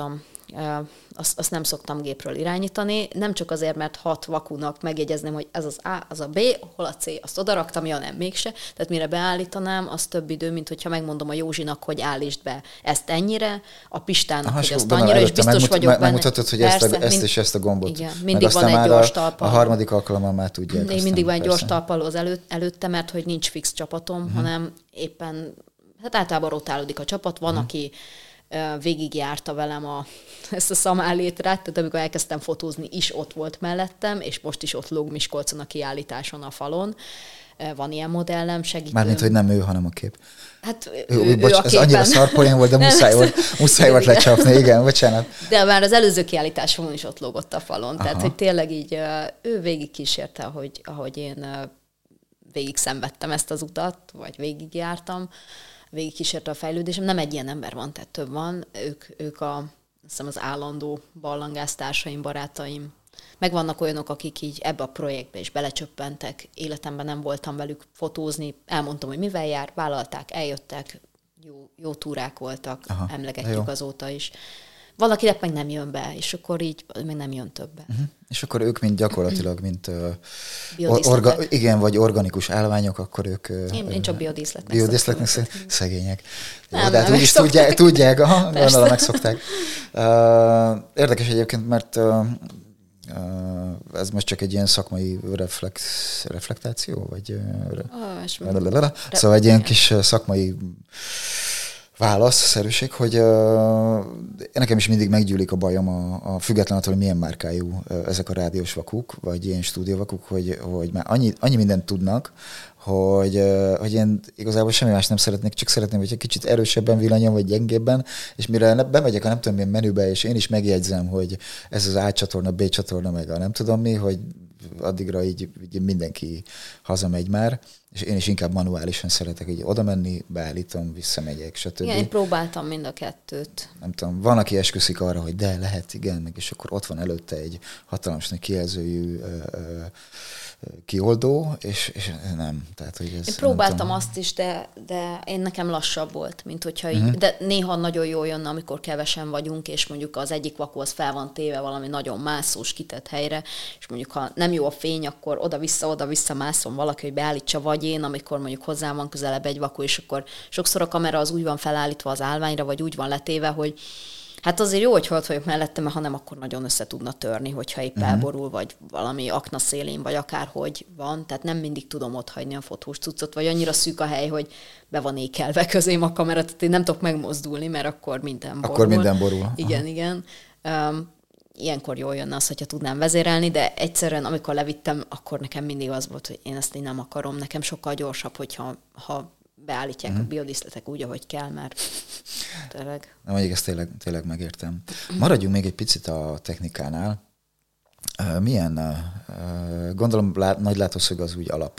nem szoktam gépről irányítani, nem csak azért, mert 6 vakúnak megjegyezném, hogy ez az A, az a B, hol a C, azt odaraktam, ja nem, mégse. Tehát mire beállítanám, az több idő, mint hogyha megmondom a Józsinak, hogy állítsd be ezt ennyire, a Pistának, hogy azt annyira, és biztos vagyok benne. Megmutatod, hogy persze, ezt és ezt a gombot. Igen, mindig van egy gyors talpaló. A harmadik alkalommal már tudják. Mindig van egy gyors talpaló az előtte, mert hogy nincs fix csapatom, hanem éppen, hát általában rotálódik a csapat, van, aki végigjárta velem ezt a szamálétrát, tehát amikor elkezdtem fotózni, is ott volt mellettem, és most is ott lóg Miskolcon a kiállításon a falon. Van ilyen modellem, segítőm. Mármint, hogy nem ő, hanem a kép. Hát ő a ez annyira szarpoén volt, de muszáj volt lecsapni, igen, bocsánat. De már az előző kiállításon is ott lógott a falon, tehát hogy tényleg így ő végig kísérte, ahogy én végig szenvedtem ezt az utat, vagy végigjártam, végig kísérte a fejlődésem. Nem egy ilyen ember van, tehát több van. Ők azt hiszem az állandó ballangásztársaim, barátaim. Meg vannak olyanok, akik így ebbe a projektbe is belecsöppentek. Életemben nem voltam velük fotózni. Elmondtam, hogy mivel jár, vállalták, eljöttek, jó túrák voltak, emlegetjük azóta is. valakinek meg nem jön be, és akkor így meg nem jön többe. És akkor ők gyakorlatilag, mint igen, vagy organikus állványok, akkor ők... Én csak biodíszletnek. Biodíszletnek szegények. Nem, de hát úgyis tudják, gondolom megszokták. Érdekes egyébként, mert ez most csak egy ilyen szakmai reflektáció, vagy... Szóval egy ilyen kis szakmai válaszszerűség, hogy nekem is mindig meggyűlik a bajom a független attól, hogy milyen márkájú ezek a rádiós vakuk, vagy ilyen stúdióvakuk, hogy már annyi mindent tudnak, hogy én igazából semmi más nem szeretnék, csak szeretném, hogy egy kicsit erősebben villanjon, vagy gyengébben, és mire bemegyek a nem tudom milyen menübe, és én is megjegyzem, hogy ez az A csatorna, B csatorna, meg a nem tudom mi, hogy addigra így mindenki hazamegy már, és én is inkább manuálisan szeretek így oda menni, beállítom, visszamegyek, stb. Igen, én próbáltam mind a kettőt. Nem tudom, van, aki esküszik arra, hogy de lehet, igen, meg és akkor ott van előtte egy hatalmas nagy kijelzőjű kioldó, és nem. Tehát, hogy ez, én próbáltam azt is, de én nekem lassabb volt, mint hogyha így, de néha nagyon jól jönne, amikor kevesen vagyunk, és mondjuk az egyik vaku az fel van téve valami nagyon mászós, kitett helyre, és mondjuk ha nem jó a fény, akkor oda-vissza mászom valaki, hogy beállítsa, vagy én, amikor mondjuk hozzám van közelebb egy vaku, és akkor sokszor a kamera az úgy van felállítva az állványra, vagy úgy van letéve, hogy hát azért jó, hogy ott vagyok mellette, mert ha nem, akkor nagyon össze tudna törni, hogyha épp elborul, vagy valami akna szélén, vagy akárhogy van. Tehát nem mindig tudom otthagyni a fotós cuccot, vagy annyira szűk a hely, hogy be van ékelve közém a kamera, tehát én nem tudok megmozdulni, mert akkor minden borul. Akkor minden borul. Igen. Ilyenkor jól jönne az, hogyha tudnám vezérelni, de egyszerűen, amikor levittem, akkor nekem mindig az volt, hogy én ezt így nem akarom. Nekem sokkal gyorsabb, hogyha beállítják a biodíszletek úgy, ahogy kell, mert tényleg. Na, mondjuk ezt tényleg megértem. Maradjunk még egy picit a technikánál. Milyen, gondolom nagy látószög az úgy alap.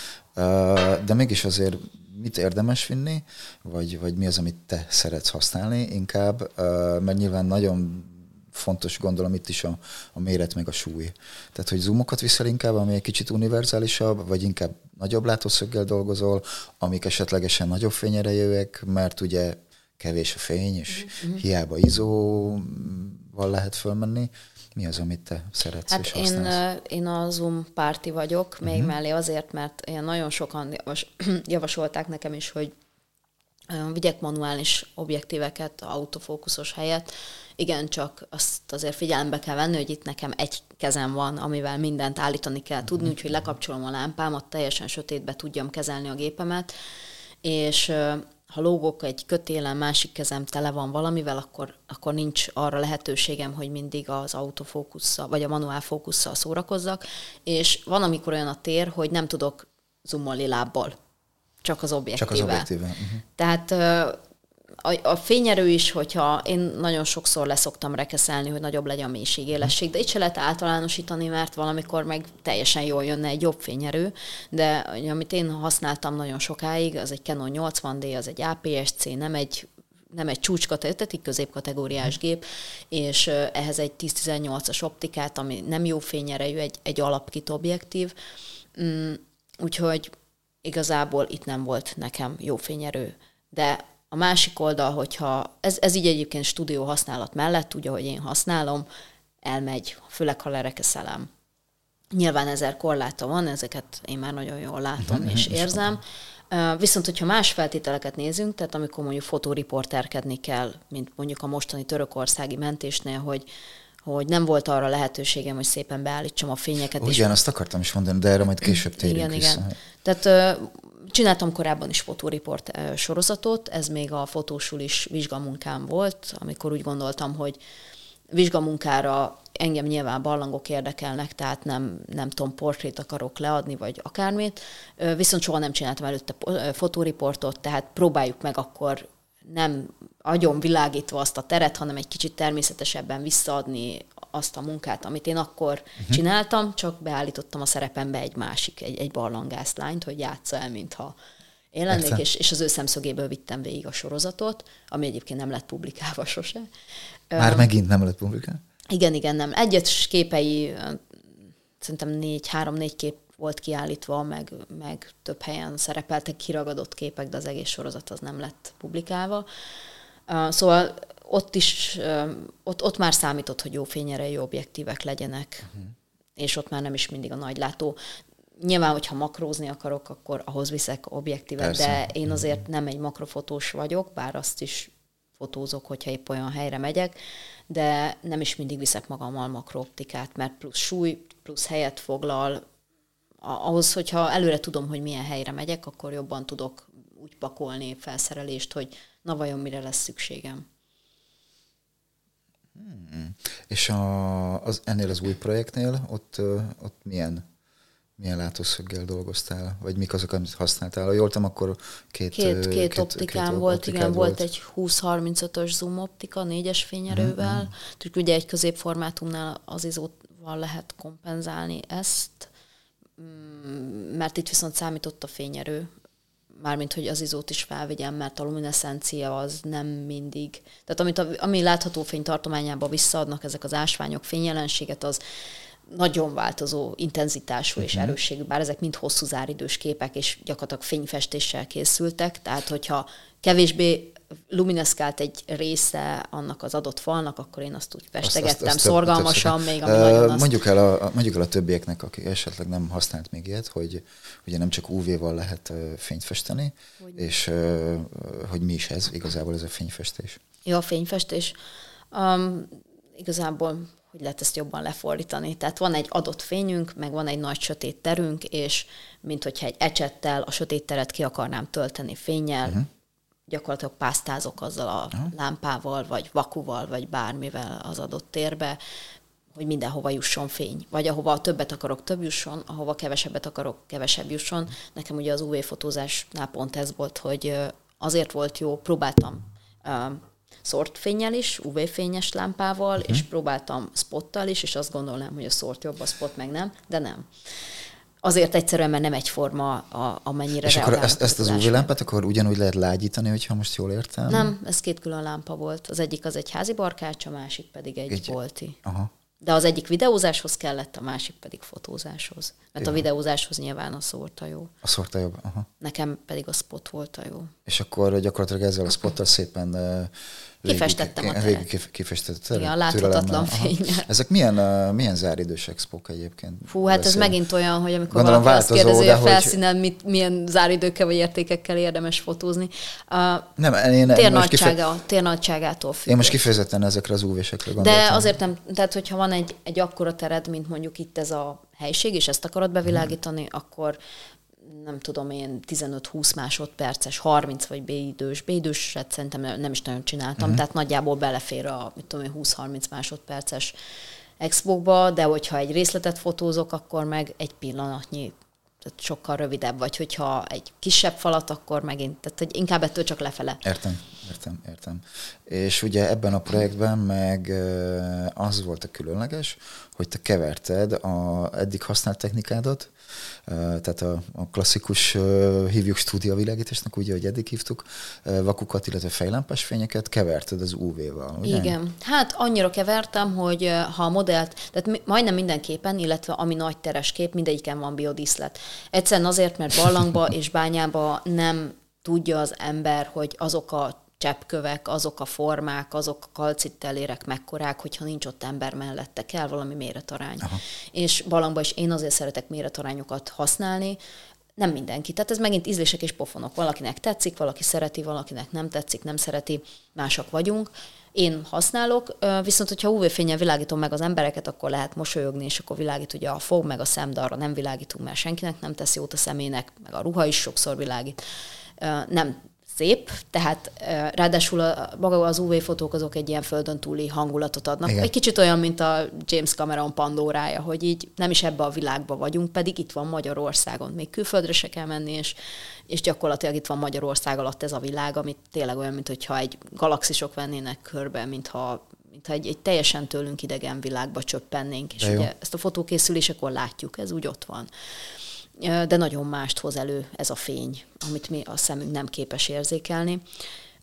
De mégis azért mit érdemes vinni, vagy mi az, amit te szeretsz használni inkább, mert nyilván nagyon fontos, gondolom itt is a méret meg a súly. Tehát, hogy zoomokat viszel inkább, ami egy kicsit univerzálisabb, vagy inkább nagyobb látószöggel dolgozol, amik esetlegesen nagyobb fényerejűek, mert ugye kevés a fény, és hiába izóval lehet fölmenni. Mi az, amit te szeretsz és használsz? Én a Zoom párti vagyok, még mellé azért, mert ilyen nagyon sokan javasolták nekem is, hogy vigyek manuális objektíveket autofókuszos helyett. Igen, csak azt azért figyelembe kell venni, hogy itt nekem egy kezem van, amivel mindent állítani kell tudni, úgyhogy lekapcsolom a lámpámat, teljesen sötétbe tudjam kezelni a gépemet, és ha lógok egy kötélen, másik kezem tele van valamivel, akkor nincs arra lehetőségem, hogy mindig az autofókusszal, vagy a manuál fókusszal szórakozzak, és van, amikor olyan a tér, hogy nem tudok zoomolni lábbal, csak az objektíve. Tehát a fényerő is, hogyha én nagyon sokszor leszoktam rekeszelni, hogy nagyobb legyen a mélységélesség, de itt se lehet általánosítani, mert valamikor meg teljesen jól jönne egy jobb fényerő, de amit én használtam nagyon sokáig, az egy Canon 80D, az egy APS-C, nem egy csúcskategóriás, középkategóriás gép, és ehhez egy 10-18-as optikát, ami nem jó fényerejű, egy alapkit objektív, úgyhogy igazából itt nem volt nekem jó fényerő. De a másik oldal, hogyha ez így egyébként stúdió használat mellett, úgy, ahogy én használom, elmegy, főleg ha lerekeszelem. Nyilván 1000 korláta van, ezeket én már nagyon jól látom és érzem. Viszont, hogyha más feltételeket nézünk, tehát amikor mondjuk fotóriporterkedni kell, mint mondjuk a mostani törökországi mentésnél, hogy nem volt arra lehetőségem, hogy szépen beállítsam a fényeket. Ugyan, azt akartam is mondani, de erre majd később térjünk vissza. Igen. Tehát csináltam korábban is fotóriport sorozatot, ez még a fotósulis vizsgamunkám volt, amikor úgy gondoltam, hogy vizsgamunkára engem nyilván barlangok érdekelnek, tehát nem tudom, portrét akarok leadni, vagy akármit, viszont soha nem csináltam előtte fotóriportot, tehát próbáljuk meg akkor nem agyon világítva azt a teret, hanem egy kicsit természetesebben visszaadni azt a munkát, amit én akkor csináltam, csak beállítottam a szerepembe egy barlangászlányt, hogy játsza el, mintha én lennék, és az ő szemszögéből vittem végig a sorozatot, ami egyébként nem lett publikálva sose. Már megint nem lett publikálva? Igen, nem. Egyes képei, szerintem 3-4 kép volt kiállítva, meg több helyen szerepeltek kiragadott képek, de az egész sorozat az nem lett publikálva. Szóval ott már számított, hogy jó fényerejű objektívek legyenek, és ott már nem is mindig a nagylátó. Nyilván, hogyha makrózni akarok, akkor ahhoz viszek objektívet, persze. De én azért nem egy makrofotós vagyok, bár azt is fotózok, hogyha épp olyan helyre megyek, de nem is mindig viszek magammal makrooptikát, mert plusz súly, plusz helyet foglal. Ahhoz, hogyha előre tudom, hogy milyen helyre megyek, akkor jobban tudok úgy pakolni felszerelést, hogy na vajon mire lesz szükségem. És ennél az új projektnél ott milyen látószöggel dolgoztál? Vagy mik azok, amit használtál? Ha jól tudom, akkor két optikám volt. Igen, volt egy 20-35-ös zoom optika, 4-es fényerővel. Ugye egy középformátumnál az izóval lehet kompenzálni ezt, mert itt viszont számított a fényerő. Mármint, hogy az izót is felvigyem, mert a lumineszencia az nem mindig... Tehát ami látható fénytartományába visszaadnak ezek az ásványok, fényjelenséget, az nagyon változó intenzitású és erősségű, bár ezek mind hosszú záridős képek, és gyakorlatilag fényfestéssel készültek, tehát hogyha kevésbé lumineszkált egy része annak az adott falnak, akkor én azt úgy festegettem szorgalmasan, még ami nagyon azt... Mondjuk el a többieknek, aki esetleg nem használt még ilyet, hogy ugye nem csak UV-val lehet fényt festeni, és hogy mi is ez, igazából ez a fényfestés. Ja, a fényfestés. Igazából hogy lehet ezt jobban lefordítani. Tehát van egy adott fényünk, meg van egy nagy sötét terünk, és mint hogyha egy ecsettel a sötét teret ki akarnám tölteni fénnyel, gyakorlatilag pásztázok azzal a lámpával, vagy vakuval, vagy bármivel az adott térbe, hogy mindenhova jusson fény. Vagy ahova többet akarok, több jusson, ahova kevesebbet akarok, kevesebb jusson. Nekem ugye az UV-fotózásnál pont ez volt, hogy azért volt jó, próbáltam szórt fénnyel is, UV-fényes lámpával, és próbáltam spottal is, és azt gondolnám, hogy a szórt jobb, a spot meg nem, de nem. Azért egyszerűen, mert nem egyforma, amennyire és akkor ezt az UV-lámpát akkor ugyanúgy lehet lágyítani, hogyha most jól értem? Nem, ez két külön lámpa volt. Az egyik az egy házi barkács, a másik pedig egy bolti. Aha. De az egyik videózáshoz kellett, a másik pedig fotózáshoz. Mert a videózáshoz nyilván a szórta jó. A szórta jobb, aha. Nekem pedig a spot volt a jó. És akkor gyakorlatilag ezzel a spottal szépen kifestettem a teret. Kifestettem. Igen, láthatatlan fényel. Ezek milyen záridős expók egyébként? Fú, hát ez megint olyan, hogy amikor valaki azt kérdezi, hogy a felszínen milyen záridőkkel vagy értékekkel érdemes fotózni. Térnagyságától függ. Én most kifejezetten ezekre az UV-sekre gondoltam. De azért nem, tehát hogyha van egy akkora tered, mint mondjuk itt ez a helység, és ezt akarod bevilágítani, akkor nem tudom én, 15-20 másodperces, 30 vagy B-időset szerintem nem is nagyon csináltam, tehát nagyjából belefér a 20-30 másodperces expókba, de hogyha egy részletet fotózok, akkor meg egy pillanatnyi, tehát sokkal rövidebb, vagy hogyha egy kisebb falat, akkor megint, tehát hogy inkább ettől csak lefele. Értem. És ugye ebben a projektben meg az volt a különleges, hogy te keverted a eddig használt technikádat, tehát a klasszikus, hívjuk stúdióvilágításnak, ugye, hogy eddig hívtuk, vakukat, illetve fejlámpás fényeket keverted az UV-val, ugye? Igen. Hát annyira kevertem, hogy ha a modellt, tehát majdnem minden képen, illetve ami nagy teres kép, mindegyiken van biodíszlet. Egyszerűen azért, mert barlangba és bányába nem tudja az ember, hogy azok a cseppkövek, azok a formák, azok a kalcitellérek mekkorák, hogyha nincs ott ember mellette, kell valami méretarány. Aha. És barlangban is én azért szeretek méretarányokat használni, nem mindenki. Tehát ez megint ízlések és pofonok. Valakinek tetszik, valaki szereti, valakinek nem tetszik, nem szereti, másak vagyunk. Én használok, viszont hogyha UV-fénnyel világítom meg az embereket, akkor lehet mosolyogni, és akkor világít ugye a fog, meg a szem, de arra nem világítunk, mert senkinek nem tesz jót a szemének, meg a ruha is sokszor világít. Nem szép, tehát ráadásul maga az UV-fotók azok egy ilyen földön túli hangulatot adnak. Igen. Egy kicsit olyan, mint a James Cameron Pandórája, hogy így nem is ebbe a világba vagyunk, pedig itt van Magyarországon. Még külföldre se kell menni, és gyakorlatilag itt van Magyarország alatt ez a világ, amit tényleg olyan, mintha egy galaxisok vennének körbe, mintha egy teljesen tőlünk idegen világba csöppennénk. És ugye ezt a fotókészülésekor látjuk, ez úgy ott van. De nagyon mást hoz elő ez a fény, amit mi a szemünk nem képes érzékelni.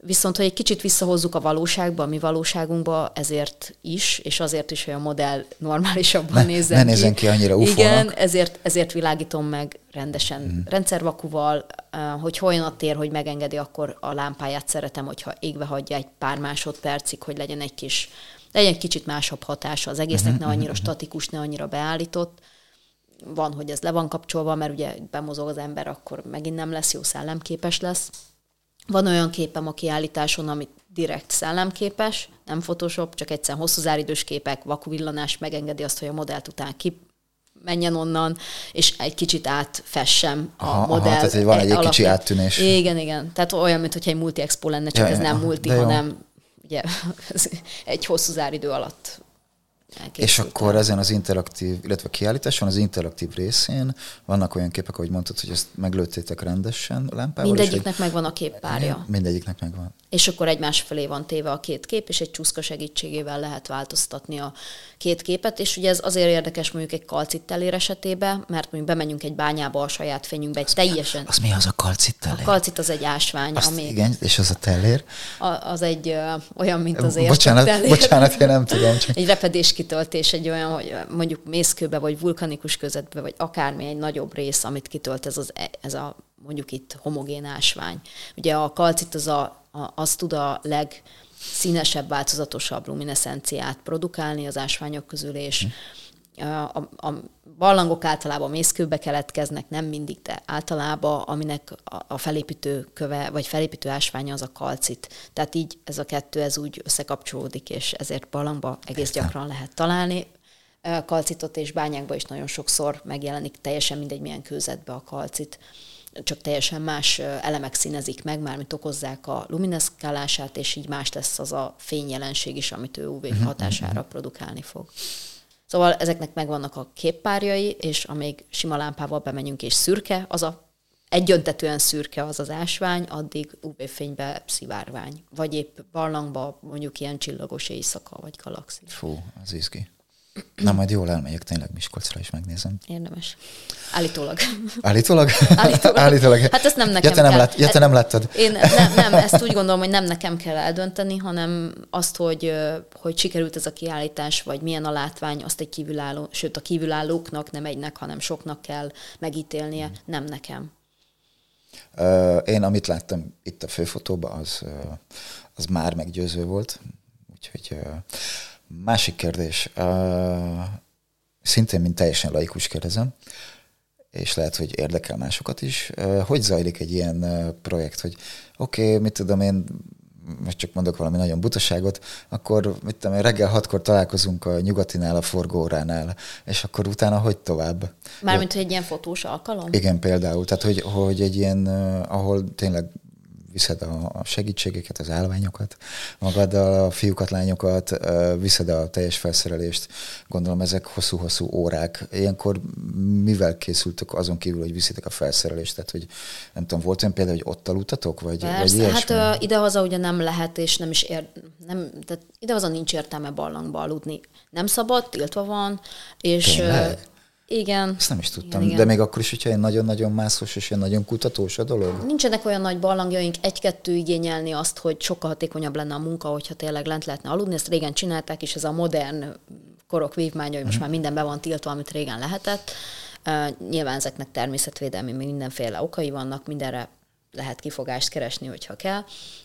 Viszont, hogy egy kicsit visszahozzuk a valóságba, a mi valóságunkba, ezért is, és azért is, hogy a modell normálisabban nézzen ki. Ne nézzen ki annyira ufónak. Igen, ezért világítom meg rendesen rendszervakuval, hogy olyan a tér, hogy megengedi, akkor a lámpáját szeretem, hogyha égve hagyja egy pár másodpercig, hogy legyen egy kicsit másabb hatása az egésznek, ne annyira statikus, ne annyira beállított. Van, hogy ez le van kapcsolva, mert ugye bemozog az ember, akkor megint nem lesz jó, szellemképes lesz. Van olyan képem a kiállításon, amit direkt szellemképes, nem Photoshop, csak egyszerűen hosszú záridős képek, vakuvillanás megengedi azt, hogy a modellt után menjen onnan, és egy kicsit átfessem a modell. Tehát van egy kicsi áttűnés. Igen. Tehát olyan, mintha egy multi-expo lenne, csak ez nem multi, hanem ugye, egy hosszú záridő alatt. És akkor ezen az interaktív, illetve kiállításon, az interaktív részén vannak olyan képek, ahogy mondtad, hogy ezt meglőttétek rendesen lámpával? Mindegyiknek megvan a képpárja. Mindegyiknek megvan. És akkor egymás felé van téve a két kép, és egy csúszka segítségével lehet változtatni a két képet, és ugye ez azért érdekes mondjuk egy kalcittellér esetében, mert mondjuk bemegyünk egy bányába a saját fényünkbe, egy teljesen... Az mi az a kalcittellér? A kalcit az egy ásvány, ami... Igen, és az a tellér? Az egy olyan, mint az értellér. Bocsánat, én nem tudom. Csak... Egy repedéskitöltés, egy olyan, hogy mondjuk mészkőbe, vagy vulkanikus közetbe, vagy akármi egy nagyobb rész, amit kitölt ez a mondjuk itt homogén ásvány. Ugye a kalcit az tud a legszínesebb, változatosabb lumineszenciát produkálni az ásványok közül, és a barlangok általában mészkőbe keletkeznek, nem mindig, de általában, aminek a felépítő köve, vagy felépítő ásványa az a kalcit. Tehát így ez a kettő, ez úgy összekapcsolódik, és ezért barlangba egész gyakran lehet találni. Kalcitot és bányákban is nagyon sokszor megjelenik, teljesen mindegy, milyen kőzetbe a kalcit. Csak teljesen más elemek színezik meg, mármint okozzák a lumineszkálását, és így más lesz az a fényjelenség is, amit ő UV hatására produkálni fog. Szóval ezeknek megvannak a képpárjai, és amíg sima lámpával bemegyünk és szürke, egyöntetően szürke az ásvány, addig UV-fénybe szivárvány. Vagy épp barlangba, mondjuk ilyen csillagos éjszaka, vagy galaxis. Fú, az izgi. Na, majd jól elmegyek tényleg Miskolcra is megnézem. Érdemes. Állítólag. Állítólag. Hát ezt nem nekem kell. Te nem láttad. Én nem, ezt úgy gondolom, hogy nem nekem kell eldönteni, hanem azt, hogy sikerült ez a kiállítás, vagy milyen a látvány, azt egy kívülálló, sőt a kívülállóknak, nem egynek, hanem soknak kell megítélnie, nem nekem. Én, amit láttam itt a főfotóban, az már meggyőző volt. Úgyhogy... Másik kérdés. Szintén, mint teljesen laikus kérdezem, és lehet, hogy érdekel másokat is. Hogy zajlik egy ilyen projekt, hogy oké, mit tudom én, most csak mondok valami nagyon butaságot, akkor mit tudom én, reggel 6-kor találkozunk a Nyugatinál, a forgóránál, és akkor utána hogy tovább? Mármint, hogy egy ilyen fotós alkalom? Igen, például. Tehát, hogy egy ilyen, ahol tényleg viszed a segítségeket, az állványokat, magaddal a fiúkat, lányokat, viszed a teljes felszerelést. Gondolom, ezek hosszú-hosszú órák. Ilyenkor mivel készültök azon kívül, hogy viszitek a felszerelést? Tehát, hogy nem tudom, volt olyan például, hogy ott aludtatok? Vagy ilyesmi? Hát idehaza ugye nem lehet, és nem is tehát idehaza nincs értelme barlangba aludni. Nem szabad, tiltva van, és... Tényleg? Igen. Ezt nem is tudtam, igen. De még akkor is, hogyha ilyen nagyon-nagyon mászos és ilyen nagyon kutatós a dolog? Nincsenek olyan nagy barlangjaink, egy-kettő igényelni azt, hogy sokkal hatékonyabb lenne a munka, hogyha tényleg lent lehetne aludni. Ezt régen csinálták, és ez a modern korok vívmánya, hogy most már minden be van tiltva, amit régen lehetett. Nyilván ezeknek természetvédelmi, mindenféle okai vannak, mindenre lehet kifogást keresni, hogyha kell.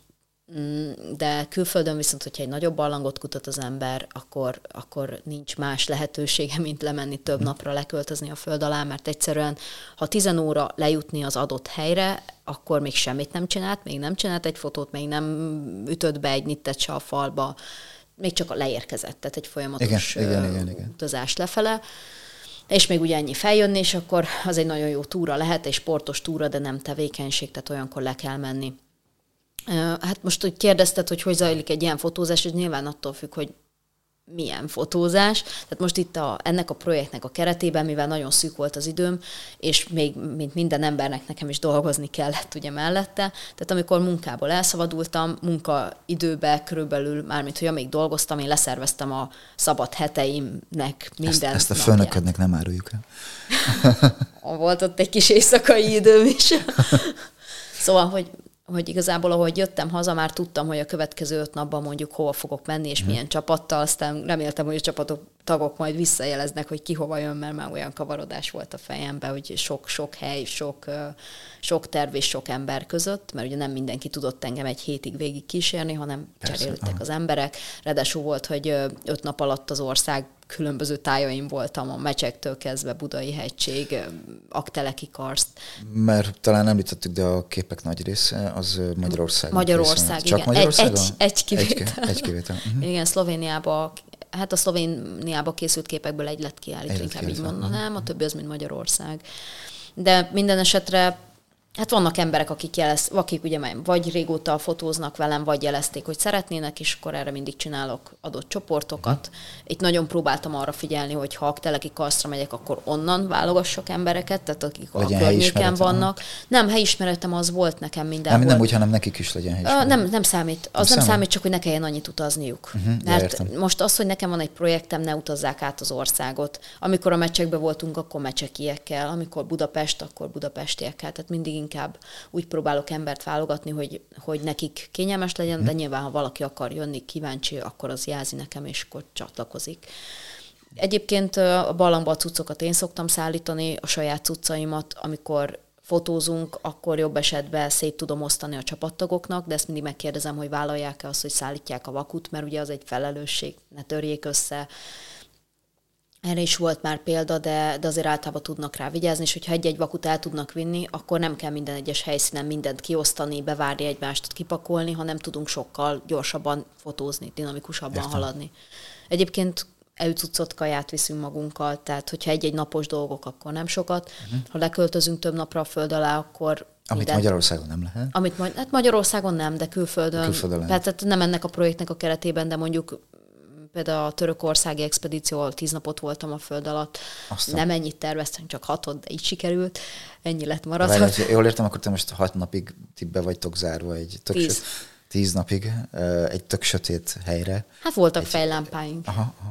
De külföldön viszont, hogyha egy nagyobb barlangot kutat az ember, akkor nincs más lehetősége, mint lemenni több napra, leköltözni a föld alá, mert egyszerűen, ha 10 óra lejutni az adott helyre, akkor még semmit nem csinált, még nem csinált egy fotót, még nem ütött be egy nittet se a falba, még csak leérkezett, tehát egy folyamatos igen. utazás lefele. És még ugye ennyi feljönni, és akkor az egy nagyon jó túra lehet, egy sportos túra, de nem tevékenység, tehát olyankor le kell menni. Hát most, hogy kérdezted, hogy zajlik egy ilyen fotózás, és nyilván attól függ, hogy milyen fotózás. Tehát most itt ennek a projektnek a keretében, mivel nagyon szűk volt az időm, és még, mint minden embernek, nekem is dolgozni kellett ugye mellette. Tehát amikor munkából elszabadultam, munkaidőben körülbelül, mármint, hogy amíg dolgoztam, én leszerveztem a szabad heteimnek minden Ezt a főnöködnek nem áruljuk el. Volt ott egy kis éjszakai időm is. Szóval, hogy hogy igazából, ahogy jöttem haza, már tudtam, hogy a következő 5 napban mondjuk hova fogok menni, és milyen csapattal, aztán reméltem, hogy a tagok majd visszajeleznek, hogy ki hova jön, mert már olyan kavarodás volt a fejemben, hogy sok hely, sok terv és sok ember között, mert ugye nem mindenki tudott engem egy hétig végig kísérni, hanem cserélődtek az emberek. Ráadásul volt, hogy 5 nap alatt az ország különböző tájaim voltam, a Mecsektől kezdve Budai hegység, Aggteleki karszt. Mert talán említettük, de a képek nagy része az Magyarország. Magyarország, igen. Csak Magyarországon? Egy kivétel. Egy kivétel. Igen, Szlovéniába, hát a Szlovéniába készült képekből egy lett kiállítva, inkább így mondanám, a többi az, mint Magyarország. De minden esetre hát vannak emberek, akik ugye vagy régóta fotóznak velem, vagy jelezték, hogy szeretnének, és akkor erre mindig csinálok adott csoportokat. Itt nagyon próbáltam arra figyelni, hogy ha Aggteleki karsztra megyek, akkor onnan válogassak embereket, tehát akik a környéken vannak. Nem, helyismeretem az volt nekem mindenhol. Nem úgy, hanem nekik is legyen helyismeretem. Nem számít. Az nem számít, csak hogy ne kelljen annyit utazniuk. Mert most az, hogy nekem van egy projektem, ne utazzák át az országot. Amikor a Mecsekben voltunk, akkor mecsekiekkel, amikor Budapest, akkor budapestiekkel. Tehát mindig inkább úgy próbálok embert válogatni, hogy nekik kényelmes legyen, de nyilván, ha valaki akar jönni, kíváncsi, akkor az jelzi nekem, és akkor csatlakozik. Egyébként a barlangba a cuccokat én szoktam szállítani, a saját cuccaimat, amikor fotózunk, akkor jobb esetben szét tudom osztani a csapattagoknak, de ezt mindig megkérdezem, hogy vállalják-e azt, hogy szállítják a vakut, mert ugye az egy felelősség, ne törjék össze. Erre is volt már példa, de azért általában tudnak rá vigyázni, és hogyha egy-egy vakut el tudnak vinni, akkor nem kell minden egyes helyszínen mindent kiosztani, bevárni egymást, kipakolni, hanem tudunk sokkal gyorsabban fotózni, dinamikusabban haladni. Egyébként elcuccot, kaját viszünk magunkkal, tehát hogyha egy-egy napos dolgok, akkor nem sokat. Ha leköltözünk több napra a föld alá, akkor amit Magyarországon nem lehet? Hát Magyarországon nem, de külföldön. Tehát nem ennek a projektnek a keretében, de mondjuk például a törökországi expedícióval 10 napot voltam a föld alatt. Nem ennyit terveztem, csak 6, de így sikerült. Ennyi lett maradhat. Jól értem, akkor te most 6 napig be vagytok zárva egy 10 napig egy tök sötét helyre. Hát voltak fejlámpáink.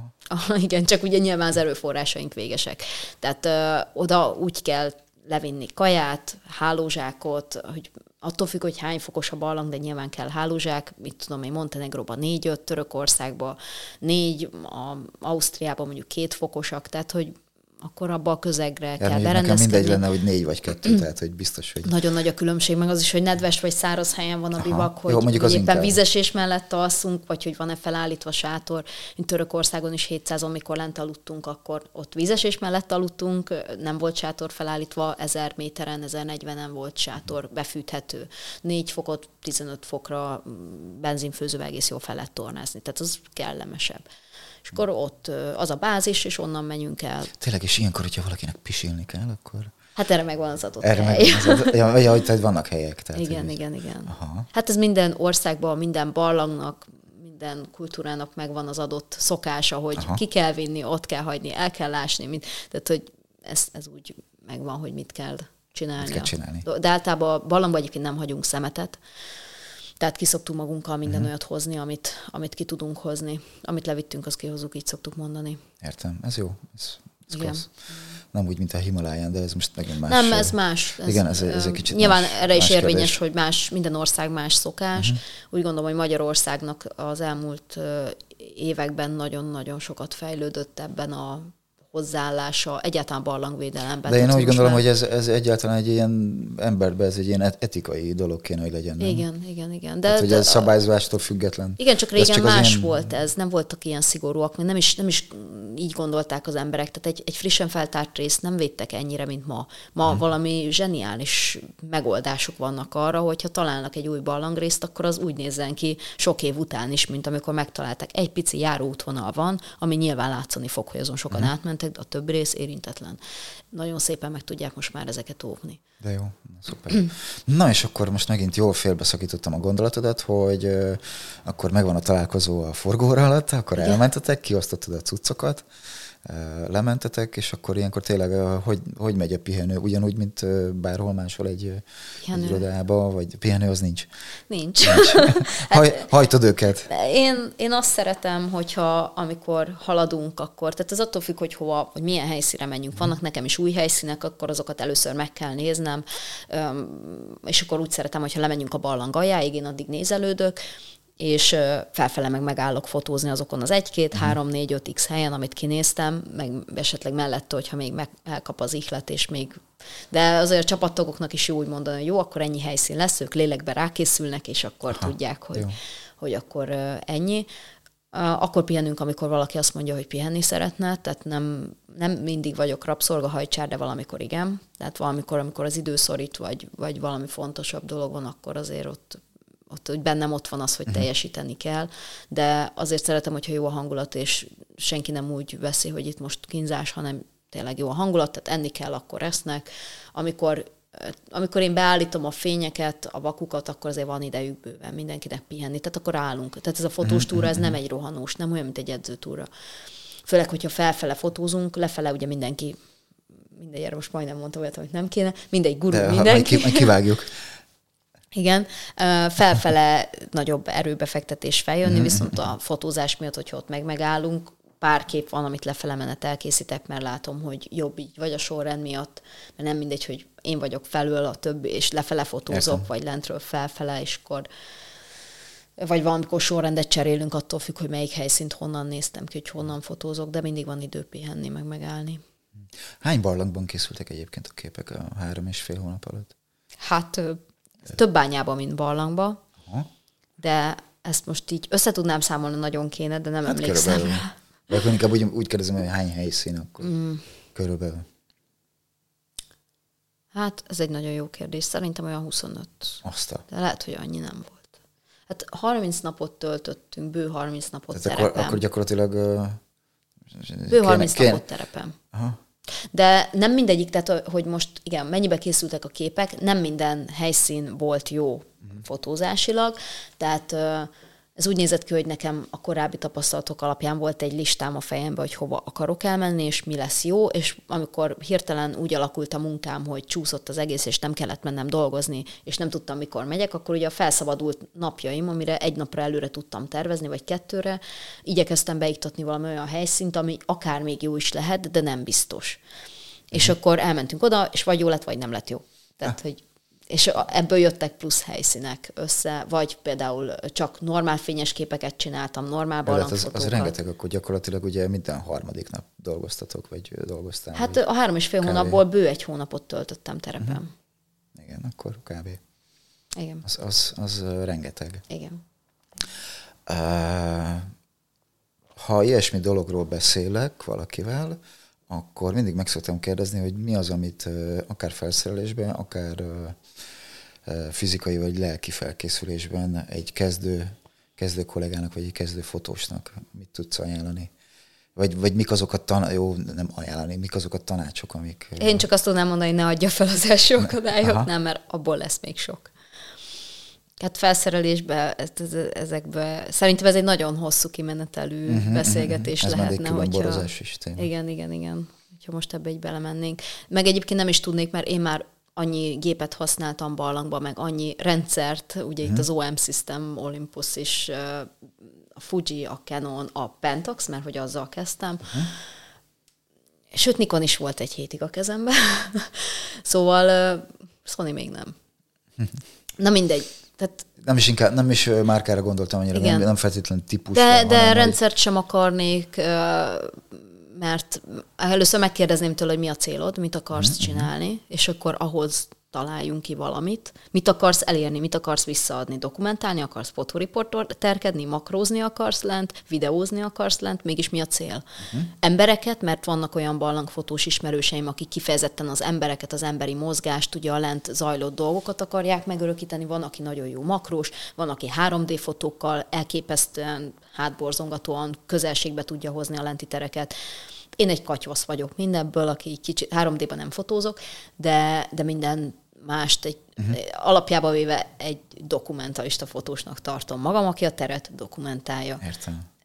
Igen, csak ugye nyilván az erőforrásaink végesek. Tehát oda úgy kell levinni kaját, hálózsákot, hogy attól függ, hogy hány fokos a barlang, de nyilván kell hálózsák, mit tudom én, Montenegróban 4-5, Törökországban 4, Ausztriában mondjuk 2 fokosak, tehát hogy akkor abba a közegre kell berendezkedni. Nekem mindegy lenne, hogy 4 vagy 2, tehát hogy biztos, hogy... Nagyon nagy a különbség, meg az is, hogy nedves vagy száraz helyen van a bivak, hogy éppen vízesés mellett alszunk, vagy hogy van-e felállítva sátor. Mint Törökországon is 700-on, mikor lent aludtunk, akkor ott vízesés mellett aludtunk, nem volt sátor felállítva, 1000 méteren, 1040-en volt sátor befűthető. 4 fokot, 15 fokra benzinfőzővel egész jól fel lehet tornázni, tehát az kellemesebb. És akkor ott az a bázis, és onnan menjünk el. Tényleg, és ilyenkor, hogyha valakinek pisilni kell, akkor... Hát erre megvan az adott hely. Tehát vannak helyek. Tehát igen. Aha. Hát ez minden országban, minden barlangnak, minden kultúrának megvan az adott szokása, hogy ki kell vinni, ott kell hagyni, el kell ásni. Tehát, hogy ez úgy megvan, hogy mit kell csinálni. De általában barlangban egyébként nem hagyunk szemetet. Tehát ki szoktunk magunkkal minden olyat hozni, amit ki tudunk hozni. Amit levittünk, azt kihozzuk, így szoktuk mondani. Értem, ez jó. Ez klassz. Nem úgy, mint a Himaláján, de ez most megint más. Nem, ez más. Igen, ez egy kicsit nyilván más, erre is érvényes, hogy minden ország más szokás. Úgy gondolom, hogy Magyarországnak az elmúlt években nagyon-nagyon sokat fejlődött ebben a hozzáállása, egyáltalán barlangvédelemben. De én úgy gondolom, hogy ez egyáltalán egy ilyen emberben, ez egy ilyen etikai dolog kéne, hogy legyen. Nem? Igen. De, hát, hogy ez szabályozástól független. Igen, csak régen más volt ez, nem voltak ilyen szigorúak, nem is így gondolták az emberek, tehát egy frissen feltárt részt nem védtek ennyire, mint ma. Ma valami zseniális megoldások vannak arra, hogyha találnak egy új barlangrészt, akkor az úgy nézzen ki sok év után is, mint amikor megtalálták. Egy pici járóútvonal van, ami nyilván látszani fog, hogy azon sokan átmentek, de a több rész érintetlen. Nagyon szépen meg tudják most már ezeket óvni. De jó, szuper. Na és akkor most megint jól félbeszakítottam a gondolatodat, hogy akkor megvan a találkozó a forgóra alatt, akkor elmentetek, kiosztottad a cuccokat, lementetek, és akkor ilyenkor tényleg hogy megy a pihenő? Ugyanúgy, mint bárhol máshol egy irodába, vagy pihenő az nincs? Nincs. Hajtod őket? Én azt szeretem, hogyha amikor haladunk, akkor, tehát ez attól függ, hogy milyen helyszínre menjünk. Vannak nekem is új helyszínek, akkor azokat először meg kell néznem, és akkor úgy szeretem, hogyha lemegyünk a barlang aljáig, én addig nézelődök, és felfele meg megállok fotózni azokon az 1, 2, 3, 4, 5 x helyen, amit kinéztem, meg esetleg mellett, hogyha még elkap az ihlet, és még... De azért a csapattagoknak is jó úgy mondani, hogy jó, akkor ennyi helyszín lesz, ők lélekbe rákészülnek, és akkor tudják, hogy akkor ennyi. Akkor pihenünk, amikor valaki azt mondja, hogy pihenni szeretne, tehát nem mindig vagyok rabszolgahajcsár, de valamikor igen. Tehát valamikor, amikor az idő szorít, vagy valami fontosabb dolog van, akkor azért ott hogy bennem ott van az, hogy teljesíteni kell, de azért szeretem, hogyha jó a hangulat, és senki nem úgy veszi, hogy itt most kínzás, hanem tényleg jó a hangulat, tehát enni kell, akkor esznek. Amikor én beállítom a fényeket, a vakukat, akkor azért van idejük bőven mindenkinek pihenni, tehát akkor állunk. Tehát ez a fotós túra, ez nem egy rohanós, nem olyan, mint egy edzőtúra. Főleg, hogyha felfele fotózunk, lefele ugye mindenki, erre most majdnem mondtam olyat, amit nem kéne, mindegy gurul de mindenki. Kivágjuk. Igen, felfele nagyobb erőbefektetés feljönni, viszont a fotózás miatt, hogyha ott megállunk, pár kép van, amit lefele menet elkészítek, mert látom, hogy jobb így, vagy a sorrend miatt, mert nem mindegy, hogy én vagyok felül a többi, és lefele fotózok, vagy lentről felfele, és akkor vagy valamikor sorrendet cserélünk, attól függ, hogy melyik helyszínt honnan néztem ki, hogy honnan fotózok, de mindig van idő pihenni, meg megállni. Hány barlangban készültek egyébként a képek a 3,5 hónap alatt? Hát több bányában, mint barlangban, de ezt most így összetudnám számolni, nagyon kéne, de nem emlékszem rá. De akkor inkább úgy kérdezem, hogy hány helyszín akkor körülbelül? Hát ez egy nagyon jó kérdés. Szerintem olyan 25. De lehet, hogy annyi nem volt. Hát 30 napot töltöttünk, bő 30 napot terepen. Akkor gyakorlatilag... Bő 30 napot terepen. Aha. De nem mindegyik, tehát hogy most igen, mennyibe készültek a képek, nem minden helyszín volt jó fotózásilag, tehát ez úgy nézett ki, hogy nekem a korábbi tapasztalatok alapján volt egy listám a fejemben, hogy hova akarok elmenni, és mi lesz jó, és amikor hirtelen úgy alakult a munkám, hogy csúszott az egész, és nem kellett mennem dolgozni, és nem tudtam, mikor megyek, akkor ugye a felszabadult napjaim, amire egy napra előre tudtam tervezni, vagy 2-re, igyekeztem beiktatni valami olyan helyszínt, ami akár még jó is lehet, de nem biztos. És akkor elmentünk oda, és vagy jó lett, vagy nem lett jó. Tehát, hogy és ebből jöttek plusz helyszínek össze, vagy például csak normál fényes képeket csináltam, normál barlangfotókat. Az rengeteg, akkor gyakorlatilag ugye minden harmadik nap dolgoztatok, vagy dolgoztál? Hát a 3,5 hónapból bő 1 hónapot töltöttem terepen. Igen, akkor kb. Igen. Az rengeteg. Igen. Ha ilyesmi dologról beszélek valakivel, akkor mindig meg szoktam kérdezni, hogy mi az, amit akár felszerelésben, akár fizikai vagy lelki felkészülésben egy kezdő kollégának, vagy egy kezdő fotósnak mit tudsz ajánlani? Vagy mik azok mik azok a tanácsok, amik... Én csak azt tudnám mondani, hogy ne adja fel az első akadályok, nem, mert abból lesz még sok. Hát felszerelésben, ezekben, szerintem ez egy nagyon hosszú kimenetelű beszélgetés ez lehetne, hogyha... is tényleg. Igen. Hogyha most ebbe így belemennénk. Meg egyébként nem is tudnék, mert én már annyi gépet használtam barlangban, meg annyi rendszert, ugye itt az OM System, Olympus is, a Fuji, a Canon, a Pentax, mert hogy azzal kezdtem. Sőt, Nikon is volt egy hétig a kezemben. Szóval Sony még nem. Na mindegy. Tehát, nem is márkára gondoltam annyira, nem feltétlenül típusra. De rendszert sem akarnék, mert először megkérdezném tőle, hogy mi a célod, mit akarsz csinálni, és akkor ahhoz találjunk ki valamit. Mit akarsz elérni, mit akarsz visszaadni, dokumentálni akarsz, fotóriporterkedni, makrózni akarsz lent, videózni akarsz lent, mégis mi a cél? Embereket, mert vannak olyan barlangfotós ismerőseim, akik kifejezetten az embereket, az emberi mozgást, ugye a lent zajlott dolgokat akarják megörökíteni, van, aki nagyon jó makrós, van, aki 3D fotókkal elképesztően hátborzongatóan közelségbe tudja hozni a lenti tereket. Én egy katyvasz vagyok mindebből, aki kicsit 3D-ben nem fotózok, de minden mást alapjába véve egy dokumentalista fotósnak tartom magam, aki a teret dokumentálja. Értem.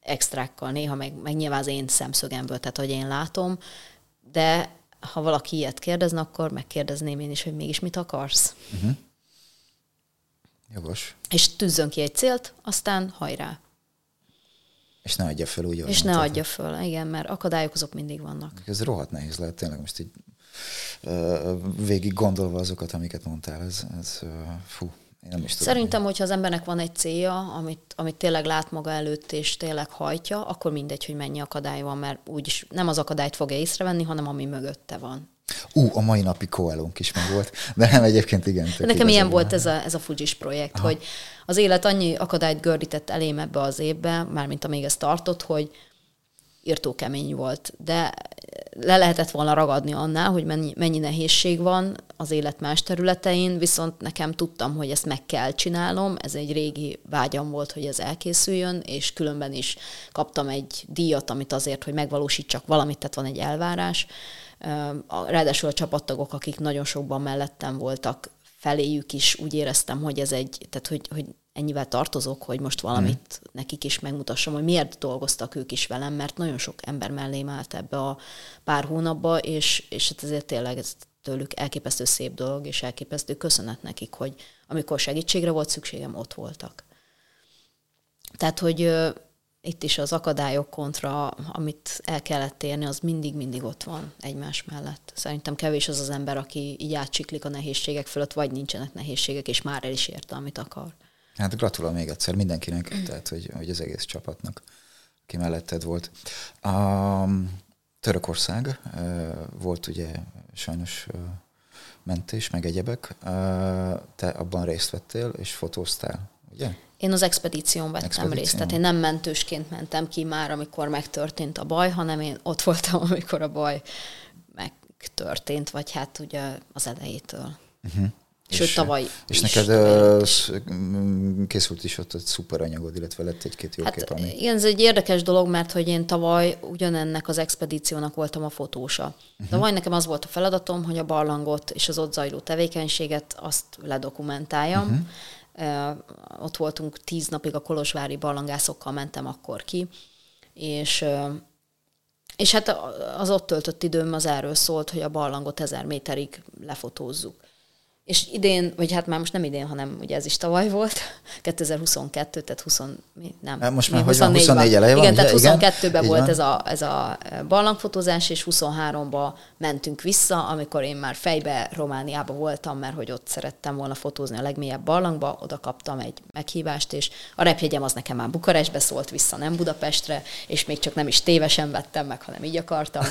extrákkal, néha meg nyilván az én szemszögemből, tehát hogy én látom, de ha valaki ilyet kérdezne, akkor megkérdezném én is, hogy mégis mit akarsz. Uh-huh. Jogos. És tűzzön ki egy célt, aztán hajrá. És ne adja föl, úgy. És ne adja föl, igen, mert akadályok azok mindig vannak. Ez rohadt nehéz lehet, tényleg most így végig gondolva azokat, amiket mondtál, ez fú, én nem is tudom. Szerintem, hogyha az embernek van egy célja, amit tényleg lát maga előtt, és tényleg hajtja, akkor mindegy, hogy mennyi akadály van, mert úgyis nem az akadályt fogja észrevenni, hanem ami mögötte van. A mai napi Coelho-nk is meg volt, de nem, egyébként igen. Nekem ilyen volt ez a Fujis projekt, aha, hogy az élet annyi akadályt gördített elém ebbe az évbe, mármint amíg ez tartott, hogy írtó kemény volt, de le lehetett volna ragadni annál, hogy mennyi nehézség van az élet más területein, viszont nekem tudtam, hogy ezt meg kell csinálnom, ez egy régi vágyam volt, hogy ez elkészüljön, és különben is kaptam egy díjat, amit azért, hogy megvalósítsak valamit, tehát van egy elvárás. Ráadásul a csapattagok, akik nagyon sokban mellettem voltak, feléjük is úgy éreztem, hogy ez tehát hogy ennyivel tartozok, hogy most valamit nekik is megmutassam, hogy miért dolgoztak ők is velem, mert nagyon sok ember mellém állt ebbe a pár hónapba, és hát ezért tényleg ez tőlük elképesztő szép dolog, és elképesztő köszönet nekik, hogy amikor segítségre volt szükségem, ott voltak. Tehát, hogy itt is az akadályok kontra, amit el kellett érni, az mindig ott van egymás mellett. Szerintem kevés az az ember, aki így átsiklik a nehézségek fölött, vagy nincsenek nehézségek, és már el is érte, amit akar. Hát gratulálom még egyszer mindenkinek, tehát hogy az egész csapatnak, aki melletted volt. Törökország volt ugye sajnos mentés, meg egyebek. Te abban részt vettél, és fotóztál, ugye? Én az expedíción vettem részt, tehát én nem mentősként mentem ki már, amikor megtörtént a baj, hanem én ott voltam, amikor a baj megtörtént, vagy hát ugye az elejétől. Uh-huh. Sőt, tavaly és neked készült is ott egy szuper anyagod, illetve lett egy-két jó kép, ami... Igen, ez egy érdekes dolog, mert hogy én tavaly ugyanennek az expedíciónak voltam a fotósa. Tavaly nekem az volt a feladatom, hogy a barlangot és az ott zajló tevékenységet azt ledokumentáljam. Ott voltunk 10 napig, a kolozsvári barlangászokkal mentem akkor ki, és hát az ott töltött időm az erről szólt, hogy a barlangot 1000 méterig lefotózzuk. És idén, vagy hát már most nem idén, hanem ugye ez is tavaly volt, 2022, tehát 20, nem. Most már 24 eleje van? Igen, tehát 22-ben volt ez a barlangfotózás, és 23-ba mentünk vissza, amikor én már fejbe Romániába voltam, mert hogy ott szerettem volna fotózni a legmélyebb barlangba, oda kaptam egy meghívást, és a repjegyem az nekem már Bukarestbe szólt vissza, nem Budapestre, és még csak nem is tévesen vettem meg, hanem így akartam.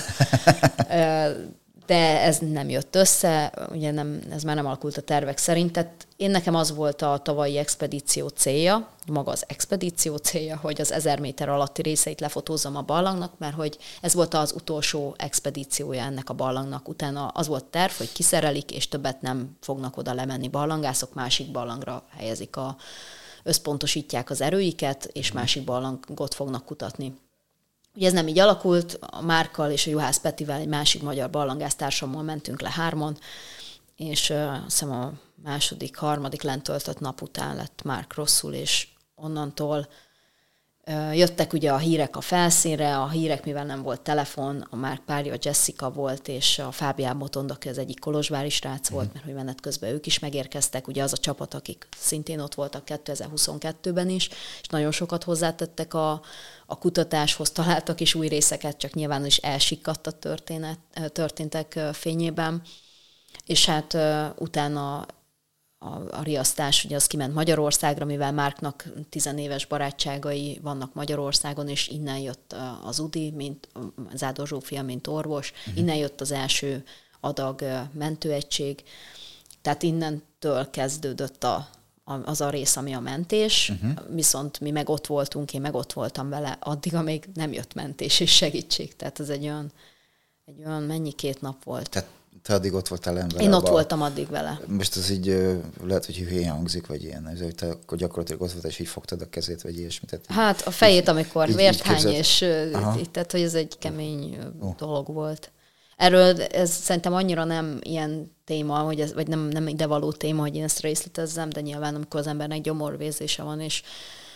De ez nem jött össze, ugye ez már nem alakult a tervek szerint. Tehát nekem az volt a tavalyi expedíció célja, maga az expedíció célja, hogy az 1000 méter alatti részeit lefotózzam a barlangnak, mert hogy ez volt az utolsó expedíciója ennek a barlangnak. Utána az volt terv, hogy kiszerelik, és többet nem fognak oda lemenni barlangászok, másik barlangra helyezik összpontosítják az erőiket, és másik barlangot fognak kutatni. Ugye ez nem így alakult, a Márkkal és a Juhász Petivel, egy másik magyar barlangásztársammal mentünk le 3-on, és azt hiszem a harmadik lentöltött nap után lett Márk rosszul, és onnantól jöttek ugye a hírek a felszínre, a hírek, mivel nem volt telefon, a Márk párja, a Jessica volt, és a Fábián Motonda, aki az egyik kolozsvári srác volt, mert hogy menet közben ők is megérkeztek, ugye az a csapat, akik szintén ott voltak 2022-ben is, és nagyon sokat hozzátettek a kutatáshoz, találtak is új részeket, csak nyilván is elsikkadt a történtek fényében, és hát utána a riasztás, ugye az kiment Magyarországra, mivel Márknak 10 éves barátságai vannak Magyarországon, és innen jött az UDI, mint Zádor Zsófia, mint orvos, innen jött az első adag mentőegység, tehát innentől kezdődött az a rész, ami a mentés, viszont mi meg ott voltunk, én meg ott voltam vele, addig, amíg nem jött mentés és segítség, tehát ez egy olyan mennyi 2 nap volt. Tehát te addig ott voltál vele? Én ott voltam addig vele. Most ez így lehet, hogy hülyén hangzik, vagy ilyen, ez, hogy te akkor gyakorlatilag ott voltál, és így fogtad a kezét, vagy ilyesmit. Hát a fejét, amikor vért hány, és tehát, hogy ez egy kemény dolog volt. Erről ez szerintem annyira nem ilyen téma, vagy nem idevaló téma, hogy én ezt részletezzem, de nyilván amikor az embernek gyomorvérzése van, és